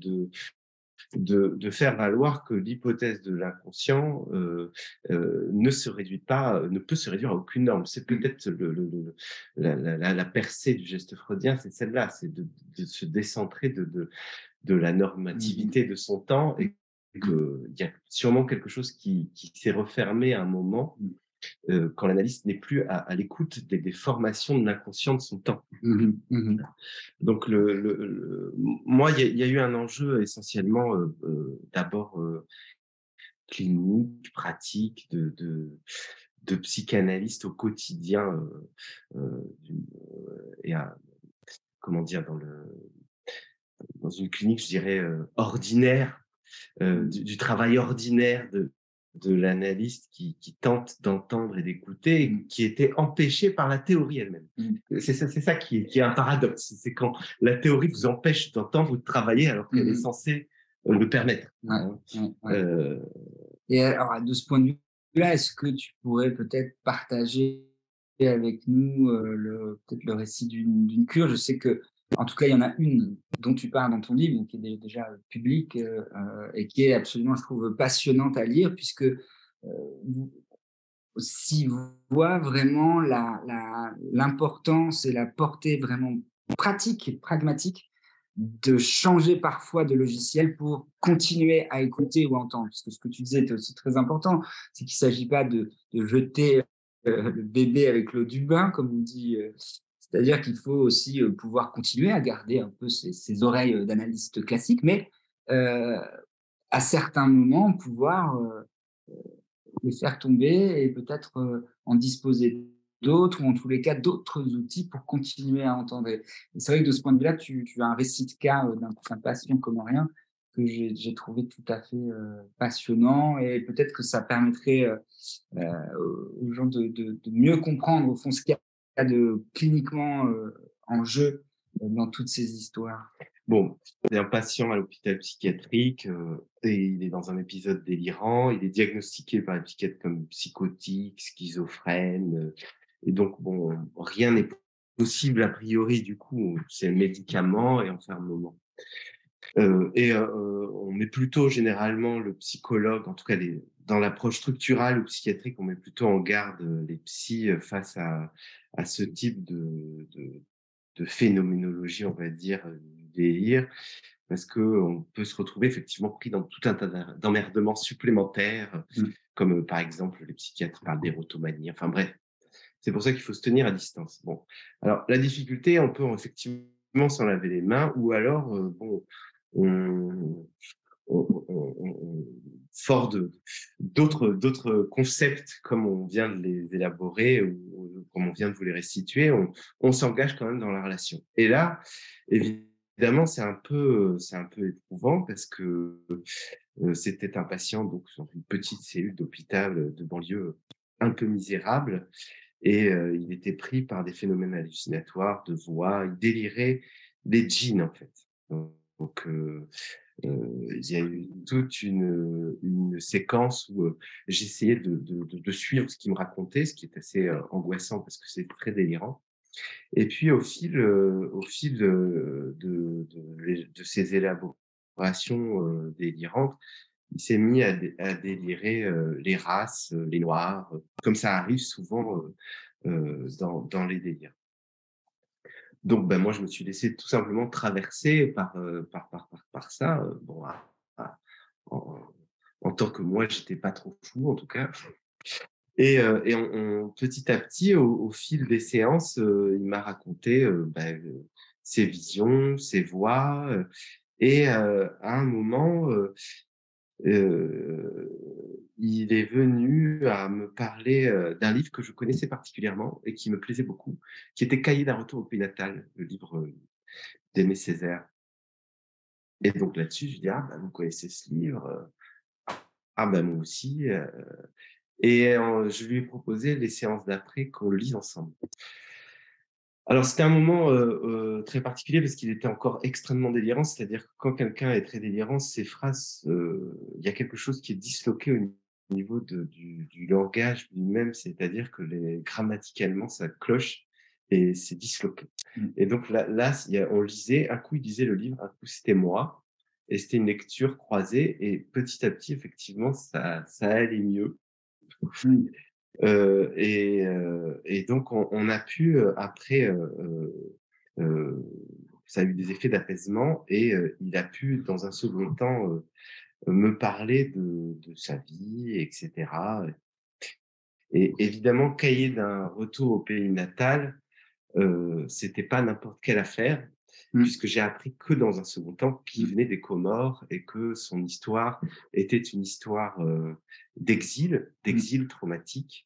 de faire valoir que l'hypothèse de l'inconscient ne peut se réduire à aucune norme. C'est peut-être la percée du geste freudien, c'est celle-là, c'est de se décentrer de la normativité de son temps et qu'il y a sûrement quelque chose qui s'est refermé à un moment quand l'analyste n'est plus à l'écoute des formations de l'inconscient de son temps. Donc, moi, il y a eu un enjeu essentiellement d'abord clinique, pratique, de psychanalyste au quotidien et comment dire, dans une clinique, je dirais, ordinaire, du travail ordinaire de l'analyste qui tente d'entendre et d'écouter, qui était empêché par la théorie elle-même. C'est ça qui est un paradoxe. C'est quand la théorie vous empêche d'entendre ou de travailler alors qu'elle est censée le permettre. Et alors, de ce point de vue-là, est-ce que tu pourrais peut-être partager avec nous peut-être le récit d'une cure? Je sais que En tout cas, il y en a une dont tu parles dans ton livre, qui est déjà publique et qui est absolument, je trouve, passionnante à lire, puisque s'y voit vraiment l'importance et la portée vraiment pratique et pragmatique de changer parfois de logiciel pour continuer à écouter ou entendre. Parce que ce que tu disais était aussi très important, c'est qu'il ne s'agit pas de jeter le bébé avec l'eau du bain, comme on dit. C'est-à-dire qu'il faut aussi pouvoir continuer à garder un peu ses oreilles d'analyste classique, mais à certains moments, pouvoir les faire tomber et peut-être en disposer d'autres ou en tous les cas d'autres outils pour continuer à entendre. Et c'est vrai que de ce point de vue-là, tu as un récit de cas d'un patient comorien que j'ai trouvé tout à fait passionnant et peut-être que ça permettrait aux gens de mieux comprendre au fond ce qu'il y a de cliniquement en jeu dans toutes ces histoires. Bon, c'est un patient à l'hôpital psychiatrique et il est dans un épisode délirant. Il est diagnostiqué par les psychiatres comme psychotique, schizophrène. Et donc, bon, rien n'est possible a priori. Du coup, c'est médicaments et enfermement. On met plutôt généralement le psychologue, en tout cas dans l'approche structurale ou psychiatrique, on met plutôt en garde les psys face à ce type de phénoménologie, on va dire, du délire, parce qu'on peut se retrouver effectivement pris dans tout un tas d'emmerdements supplémentaires, comme par exemple les psychiatres parlent d'érotomanie, enfin bref. C'est pour ça qu'il faut se tenir à distance. Bon, alors la difficulté, on peut effectivement s'en laver les mains, ou alors, bon, on, fort d'autres concepts comme on vient de les élaborer ou comme on vient de vous les restituer, on s'engage quand même dans la relation. Et là, évidemment, c'est un peu éprouvant parce que c'était un patient donc dans une petite cellule d'hôpital de banlieue un peu misérable et il était pris par des phénomènes hallucinatoires de voix, il délirait des djinns en fait. Donc il y a eu toute une séquence où j'essayais de suivre ce qu'il me racontait, ce qui est assez angoissant parce que c'est très délirant. Et puis au fil de ces élaborations délirantes, il s'est mis à délirer les races, les noirs, comme ça arrive souvent dans les délires. Donc, ben, moi, je me suis laissé tout simplement traverser par ça. Bon, en, en tant que moi, j'étais pas trop fou, en tout cas. Petit à petit, au fil des séances, il m'a raconté ses visions, ses voix. À un moment, il est venu à me parler d'un livre que je connaissais particulièrement et qui me plaisait beaucoup, qui était Cahiers d'un retour au pays natal, le livre d'Aimé Césaire. Et donc là-dessus, je dis: «Ah bah, vous connaissez ce livre?» «Ah bah, moi aussi», je lui ai proposé les séances d'après qu'on le lise ensemble. Alors c'était un moment, très particulier parce qu'il était encore extrêmement délirant, c'est-à-dire que quand quelqu'un est très délirant, ses phrases, il y a quelque chose qui est disloqué au niveau du langage lui-même, c'est-à-dire que grammaticalement ça cloche et c'est disloqué. Et donc là on lisait, un coup il lisait le livre, un coup c'était moi et c'était une lecture croisée et petit à petit effectivement ça allait mieux. Et donc on a pu, après, ça a eu des effets d'apaisement et il a pu dans un second temps, me parler de sa vie et cetera. Et évidemment, cahier d'un retour au pays natal, c'était pas n'importe quelle affaire, puisque j'ai appris que dans un second temps qu'il venait des Comores et que son histoire était une histoire, d'exil traumatique.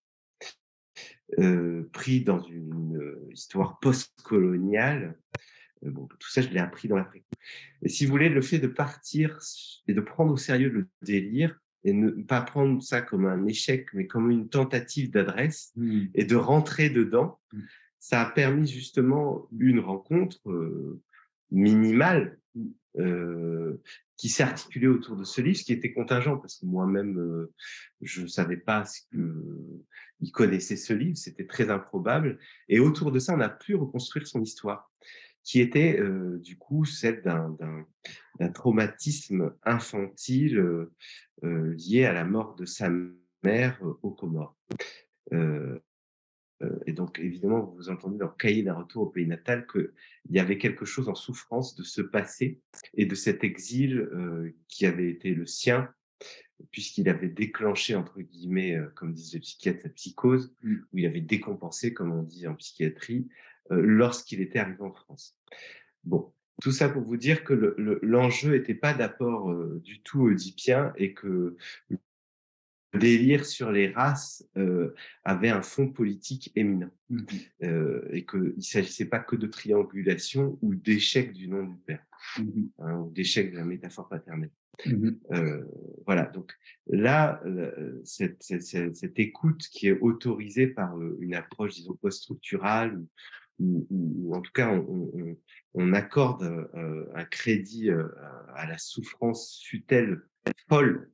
Pris dans une histoire post-coloniale. Bon, tout ça, je l'ai appris dans l'après-coup. Et si vous voulez, le fait de partir et de prendre au sérieux le délire et ne pas prendre ça comme un échec, mais comme une tentative d'adresse et de rentrer dedans, ça a permis justement une rencontre minimale qui s'est articulée autour de ce livre, ce qui était contingent parce que moi-même, je ne savais pas il connaissait ce livre, c'était très improbable. Et autour de ça, on a pu reconstruire son histoire, qui était du coup celle d'un traumatisme infantile lié à la mort de sa mère aux Comores. Euh, et donc, évidemment, vous entendez dans Cahiers d'un retour au pays natal qu'il y avait quelque chose en souffrance de ce passé et de cet exil qui avait été le sien, puisqu'il avait déclenché, entre guillemets, comme disent les psychiatres, sa psychose, où il avait décompensé, comme on dit en psychiatrie, lorsqu'il était arrivé en France. Bon, tout ça pour vous dire que l'enjeu n'était pas d'apport du tout oedipien et que le délire sur les races avait un fond politique éminent et qu'il ne s'agissait pas que de triangulation ou d'échec du nom du père, ou d'échec de la métaphore paternelle. Voilà, donc là, cette écoute qui est autorisée par une approche, disons, post-structurale, ou en tout cas, on accorde un crédit à la souffrance fut-elle folle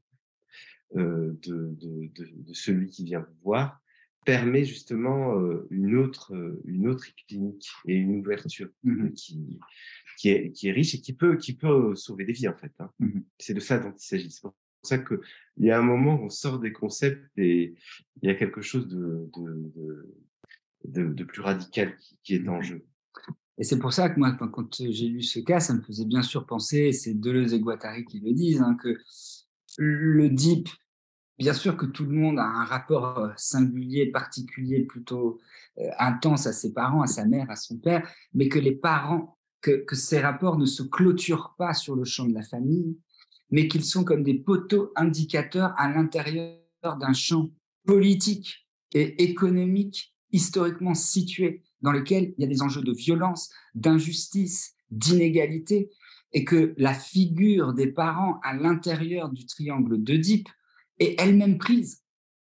de celui qui vient vous voir, permet justement une autre clinique et une ouverture qui est riche et qui peut sauver des vies, en fait. C'est de ça dont il s'agit. C'est pour ça qu'il y a un moment où on sort des concepts et il y a quelque chose de plus radical qui est en jeu. Et c'est pour ça que moi, quand j'ai lu ce cas, ça me faisait bien sûr penser, c'est Deleuze et Guattari qui le disent, que le DIP, bien sûr que tout le monde a un rapport singulier, particulier, plutôt intense à ses parents, à sa mère, à son père, mais que les parents, que ces rapports ne se clôturent pas sur le champ de la famille, mais qu'ils sont comme des poteaux indicateurs à l'intérieur d'un champ politique et économique historiquement situé, dans lequel il y a des enjeux de violence, d'injustice, d'inégalité, et que la figure des parents à l'intérieur du triangle d'Oedipe est elle-même prise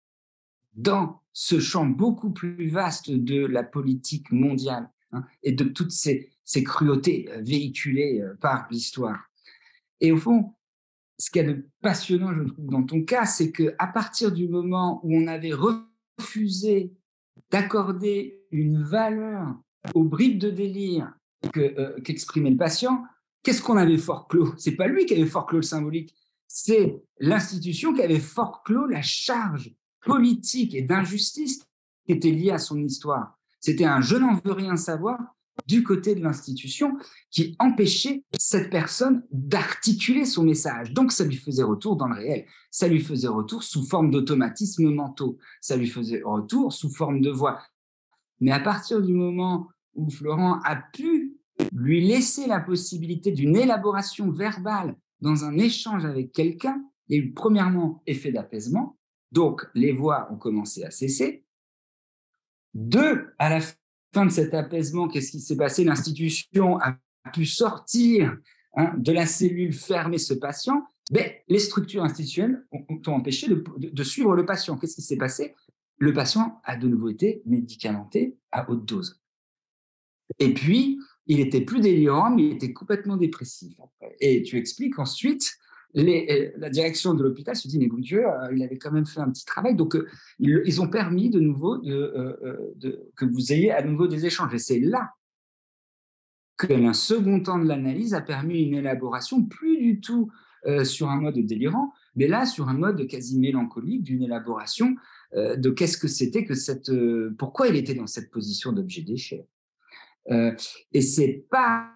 dans ce champ beaucoup plus vaste de la politique mondiale et de toutes ces cruautés véhiculées par l'histoire. Et au fond, ce qu'il y a de passionnant, je trouve, dans ton cas, c'est qu'à partir du moment où on avait refusé d'accorder une valeur aux bribes de délire qu'exprimait le patient, qu'est-ce qu'on avait forclos? C'est pas lui qui avait forclos le symbolique, c'est l'institution qui avait forclos la charge politique et d'injustice qui était liée à son histoire. C'était un je n'en veux rien savoir du côté de l'institution qui empêchait cette personne d'articuler son message. Donc, ça lui faisait retour dans le réel. Ça lui faisait retour sous forme d'automatismes mentaux. Ça lui faisait retour sous forme de voix. Mais à partir du moment où Florent a pu lui laisser la possibilité d'une élaboration verbale dans un échange avec quelqu'un, il y a eu premièrement effet d'apaisement. Donc, les voix ont commencé à cesser. Deux, à la fin de cet apaisement, qu'est-ce qui s'est passé? L'institution a pu sortir de la cellule, fermer ce patient, mais les structures institutionnelles ont empêché de suivre le patient. Qu'est-ce qui s'est passé? Le patient a de nouveau été médicamenté à haute dose. Et puis, il était plus délirant, mais il était complètement dépressif. Et tu expliques ensuite, la direction de l'hôpital se dit, mais bon Dieu, il avait quand même fait un petit travail. Donc, ils ont permis de nouveau que vous ayez à nouveau des échanges. Et c'est là que un second temps de l'analyse a permis une élaboration plus du tout sur un mode délirant, mais là sur un mode quasi mélancolique d'une élaboration de qu'est-ce que c'était que pourquoi il était dans cette position d'objet déchet. Et c'est pas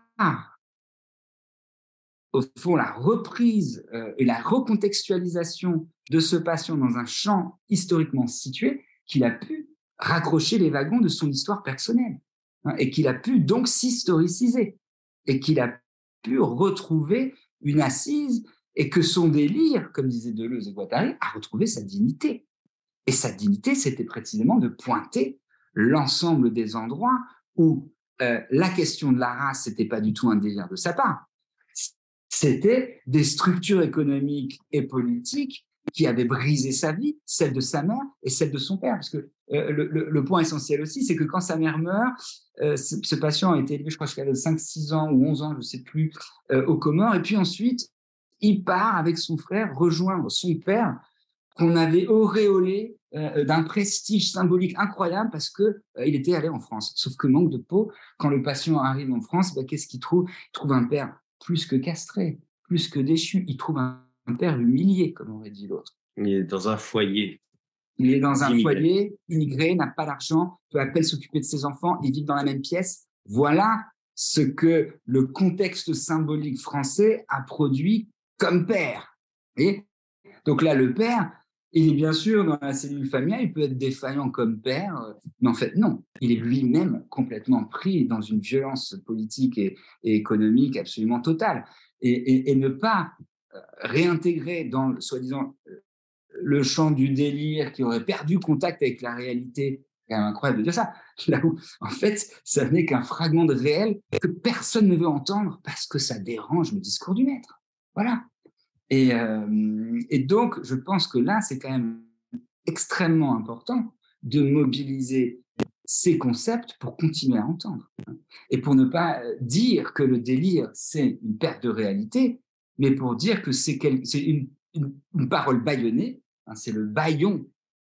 au fond la reprise et la recontextualisation de ce patient dans un champ historiquement situé qu'il a pu raccrocher les wagons de son histoire personnelle et qu'il a pu donc s'historiciser et qu'il a pu retrouver une assise et que son délire, comme disait Deleuze et Guattari, a retrouvé sa dignité. Et sa dignité, c'était précisément de pointer l'ensemble des endroits où la question de la race, c'était pas du tout un délire de sa part. C'était des structures économiques et politiques qui avaient brisé sa vie, celle de sa mère et celle de son père. Parce que le point essentiel aussi, c'est que quand sa mère meurt, ce patient a été élevé, je crois qu'il avait 5-6 ans ou 11 ans, je ne sais plus, aux Comores. Et puis ensuite, il part avec son frère rejoindre son père qu'on avait auréolé d'un prestige symbolique incroyable parce qu'il était allé en France. Sauf que manque de peau, quand le patient arrive en France, qu'est-ce qu'il trouve? Il trouve un père plus que castré, plus que déchu. Il trouve un père humilié, comme aurait dit l'autre. Il est dans un foyer. Il est dans un foyer, immigré, n'a pas d'argent, peut à peine s'occuper de ses enfants et vivre dans la même pièce. Voilà ce que le contexte symbolique français a produit comme père. Et donc là, le père, il est bien sûr dans la cellule familiale, il peut être défaillant comme père, mais en fait, non. Il est lui-même complètement pris dans une violence politique et économique absolument totale. Et ne pas réintégrer dans, soi-disant, le champ du délire qui aurait perdu contact avec la réalité, c'est quand même incroyable de dire ça, là où, en fait, ça n'est qu'un fragment de réel que personne ne veut entendre parce que ça dérange le discours du maître. Voilà. Et donc, je pense que là, c'est quand même extrêmement important de mobiliser ces concepts pour continuer à entendre. Et pour ne pas dire que le délire, c'est une perte de réalité, mais pour dire que c'est une parole bâillonnée, c'est le bâillon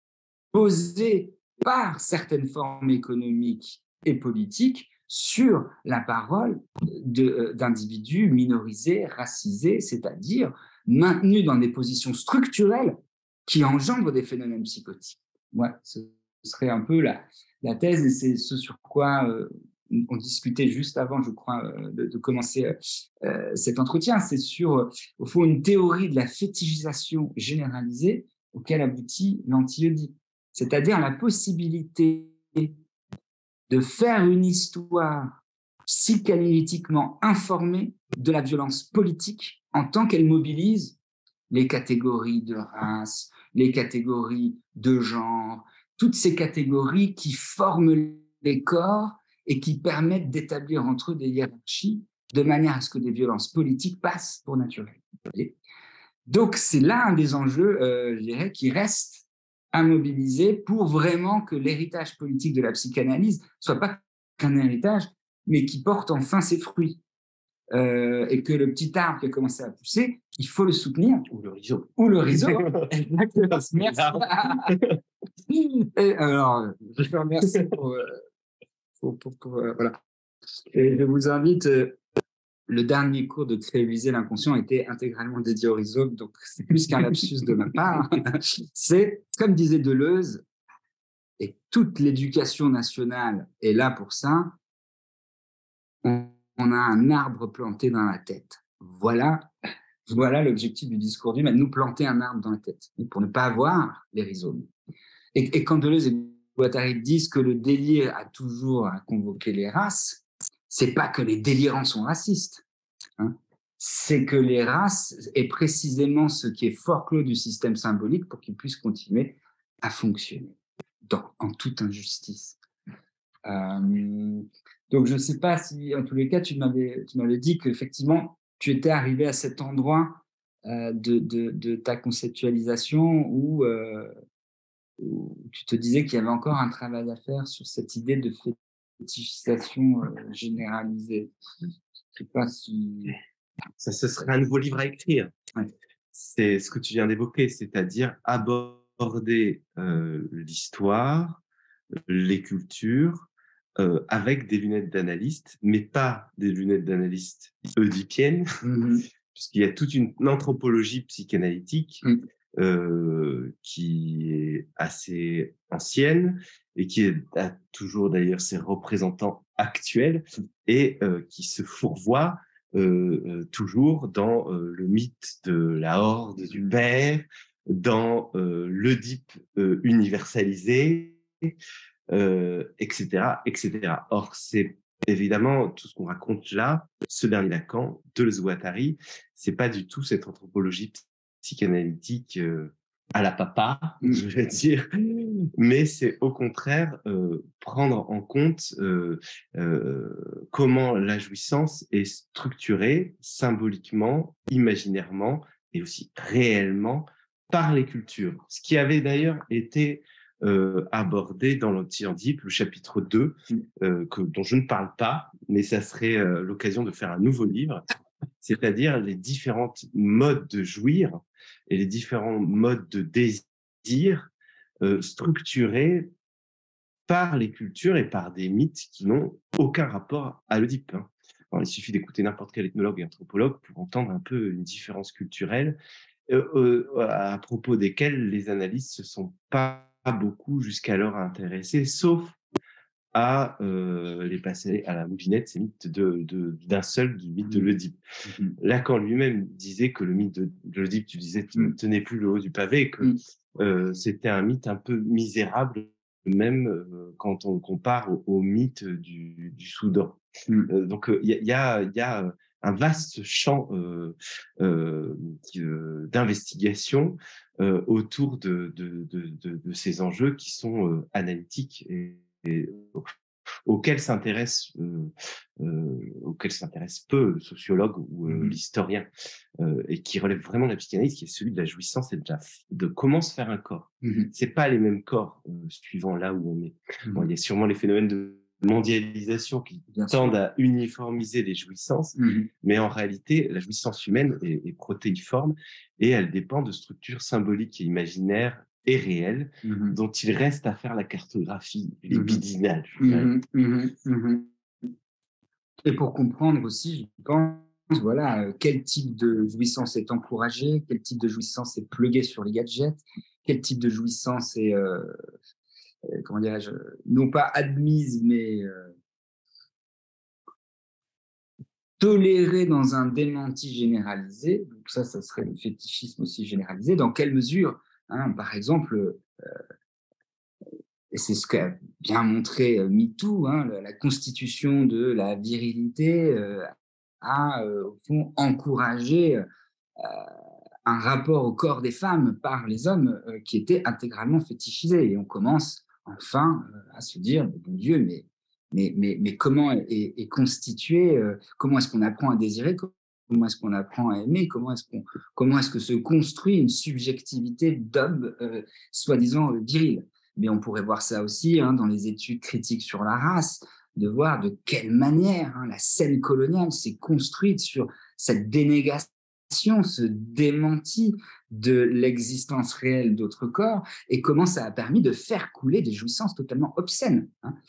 posé par certaines formes économiques et politiques sur la parole d'individus minorisés, racisés, c'est-à-dire maintenus dans des positions structurelles qui engendrent des phénomènes psychotiques. Ouais, ce serait un peu la thèse, et c'est ce sur quoi on discutait juste avant, je crois, de commencer cet entretien. C'est sur, au fond, une théorie de la fétichisation généralisée auquel aboutit l'anti-Oedipe, c'est-à-dire la possibilité de faire une histoire psychanalytiquement informée de la violence politique en tant qu'elle mobilise les catégories de race, les catégories de genre, toutes ces catégories qui forment les corps et qui permettent d'établir entre eux des hiérarchies de manière à ce que des violences politiques passent pour naturelles. Donc, c'est là un des enjeux, je dirais, qui reste à mobiliser pour vraiment que l'héritage politique de la psychanalyse soit pas qu'un héritage, mais qui porte enfin ses fruits. Et que le petit arbre qui a commencé à pousser, il faut le soutenir. Ou le riso. Ou le riso. Merci. Et alors, je te remercie voilà. Et je vous invite, le dernier cours de Créoliser l'inconscient était intégralement dédié au rhizome, donc c'est plus qu'un lapsus de ma part. C'est, comme disait Deleuze, et toute l'éducation nationale est là pour ça, on a un arbre planté dans la tête. Voilà l'objectif du discours du maître, nous planter un arbre dans la tête, pour ne pas avoir les rhizomes. Et quand Deleuze et Guattari disent que le délire a toujours convoqué les races, c'est pas que les délirants sont racistes, hein. C'est que les races est précisément ce qui est forclos du système symbolique pour qu'il puisse continuer à fonctionner en toute injustice. Donc, je ne sais pas si, en tous les cas, tu m'avais dit qu'effectivement, tu étais arrivé à cet endroit de ta conceptualisation où tu te disais qu'il y avait encore un travail à faire sur cette idée de fétichisation généralisée. Je ne sais pas si... Ça, ce serait un nouveau livre à écrire. Ouais. C'est ce que tu viens d'évoquer, c'est-à-dire aborder l'histoire, les cultures, avec des lunettes d'analyste, mais pas des lunettes d'analyste oedipiennes, puisqu'il y a toute une anthropologie psychanalytique qui est assez ancienne et qui a toujours d'ailleurs ses représentants actuels et qui se fourvoie toujours dans le mythe de la horde du père, dans l'Oedipe universalisé, etc., etc. Or, c'est évidemment tout ce qu'on raconte là, ce dernier Lacan, Deleuze-Guattari, c'est pas du tout cette anthropologie psychanalytique à la papa, je vais dire, mais c'est au contraire prendre en compte comment la jouissance est structurée symboliquement, imaginairement et aussi réellement par les cultures. Ce qui avait d'ailleurs été abordé dans l'anti-Oedipe, le chapitre 2, dont je ne parle pas, mais ça serait l'occasion de faire un nouveau livre, c'est-à-dire les différents modes de jouir et les différents modes de désir dire structuré par les cultures et par des mythes qui n'ont aucun rapport à l'Oedipe, hein. Alors, il suffit d'écouter n'importe quel ethnologue et anthropologue pour entendre un peu une différence culturelle à propos desquelles les analystes se sont pas beaucoup jusqu'alors intéressés, sauf à les passer à la moulinette, ces mythes d'un seul, du mythe de l'Oedipe. Lacan lui-même disait que le mythe de l'Oedipe, tu disais, tenait plus le haut du pavé, et que c'était un mythe un peu misérable, même quand on le compare au mythe du Soudan. Donc il y a un vaste champ d'investigation autour de ces enjeux qui sont analytiques et auxquels s'intéressent peu le sociologue ou l'historien, et qui relèvent vraiment de la psychanalyse, qui est celui de la jouissance et de comment se faire un corps. C'est pas les mêmes corps suivant là où on est. Bon, il y a sûrement les phénomènes de mondialisation qui tendent à uniformiser les jouissances, mais en réalité, la jouissance humaine est protéiforme et elle dépend de structures symboliques et imaginaires et réelles dont il reste à faire la cartographie libidinale. Et pour comprendre aussi, je pense, voilà, quel type de jouissance est encouragé, quel type de jouissance est plugué sur les gadgets, quel type de jouissance est, comment dirais-je, non pas admise, mais tolérée dans un démenti généralisé. Donc ça serait le fétichisme aussi généralisé. Dans quelle mesure, hein, par exemple, et c'est ce qu'a bien montré MeToo, hein, la constitution de la virilité a, au fond, encouragé un rapport au corps des femmes par les hommes qui était intégralement fétichisé. Et on commence enfin à se dire, bon Dieu, mais comment est constitué, comment est-ce qu'on apprend à désirer, comment est-ce qu'on apprend à aimer, comment est-ce que se construit une subjectivité d'homme soi-disant viril. Mais on pourrait voir ça aussi dans les études critiques sur la race, de voir de quelle manière la scène coloniale s'est construite sur cette dénégation, ce démenti de l'existence réelle d'autres corps, et comment ça a permis de faire couler des jouissances totalement obscènes,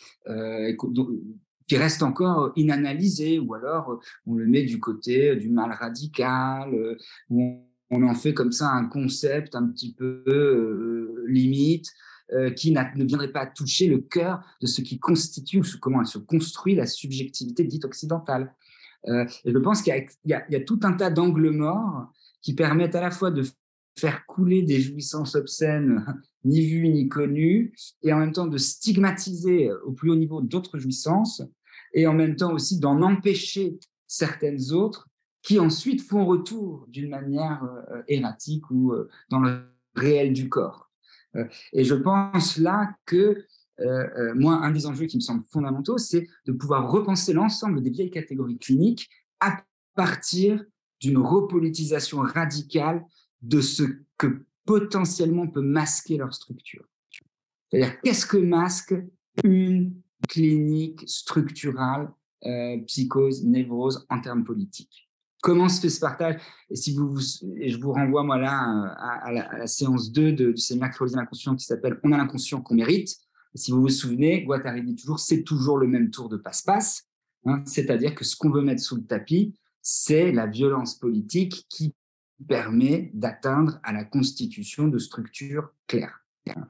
qui restent encore inanalysées, ou alors on le met du côté du mal radical, où on en fait comme ça un concept un petit peu limite, qui ne viendrait pas toucher le cœur de ce qui constitue, ou comment elle se construit la subjectivité dite occidentale. Et je pense qu'il y a tout un tas d'angles morts qui permettent à la fois de faire couler des jouissances obscènes ni vues ni connues, et en même temps de stigmatiser au plus haut niveau d'autres jouissances, et en même temps aussi d'en empêcher certaines autres qui ensuite font retour d'une manière erratique ou dans le réel du corps. Et je pense là que moi, un des enjeux qui me semble fondamentaux, c'est de pouvoir repenser l'ensemble des vieilles catégories cliniques à partir d'une repolitisation radicale de ce que potentiellement peut masquer leur structure. C'est-à-dire, qu'est-ce que masque une clinique structurale, psychose, névrose en termes politiques? Comment se fait ce partage? Et je vous renvoie moi là à la séance 2 du séminaire Créoliser l'inconscient qui s'appelle « On a l'inconscient qu'on mérite ». Et si vous vous souvenez, Guattari dit toujours, c'est toujours le même tour de passe-passe, c'est-à-dire que ce qu'on veut mettre sous le tapis, c'est la violence politique qui permet d'atteindre à la constitution de structures claires.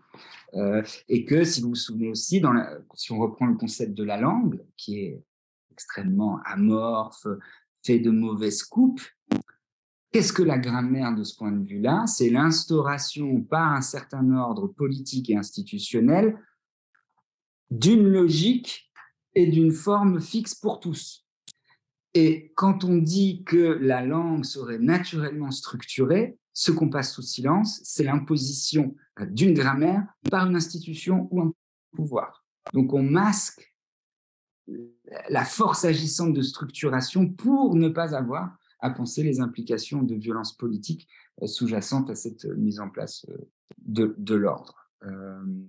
Et que, si vous vous souvenez aussi, si on reprend le concept de la langue, qui est extrêmement amorphe, fait de mauvaises coupes, qu'est-ce que la grammaire de ce point de vue-là? C'est l'instauration par un certain ordre politique et institutionnel d'une logique et d'une forme fixe pour tous. Et quand on dit que la langue serait naturellement structurée, ce qu'on passe sous silence, c'est l'imposition d'une grammaire par une institution ou un pouvoir. Donc on masque la force agissante de structuration pour ne pas avoir à penser les implications de violence politique sous-jacentes à cette mise en place de l'ordre.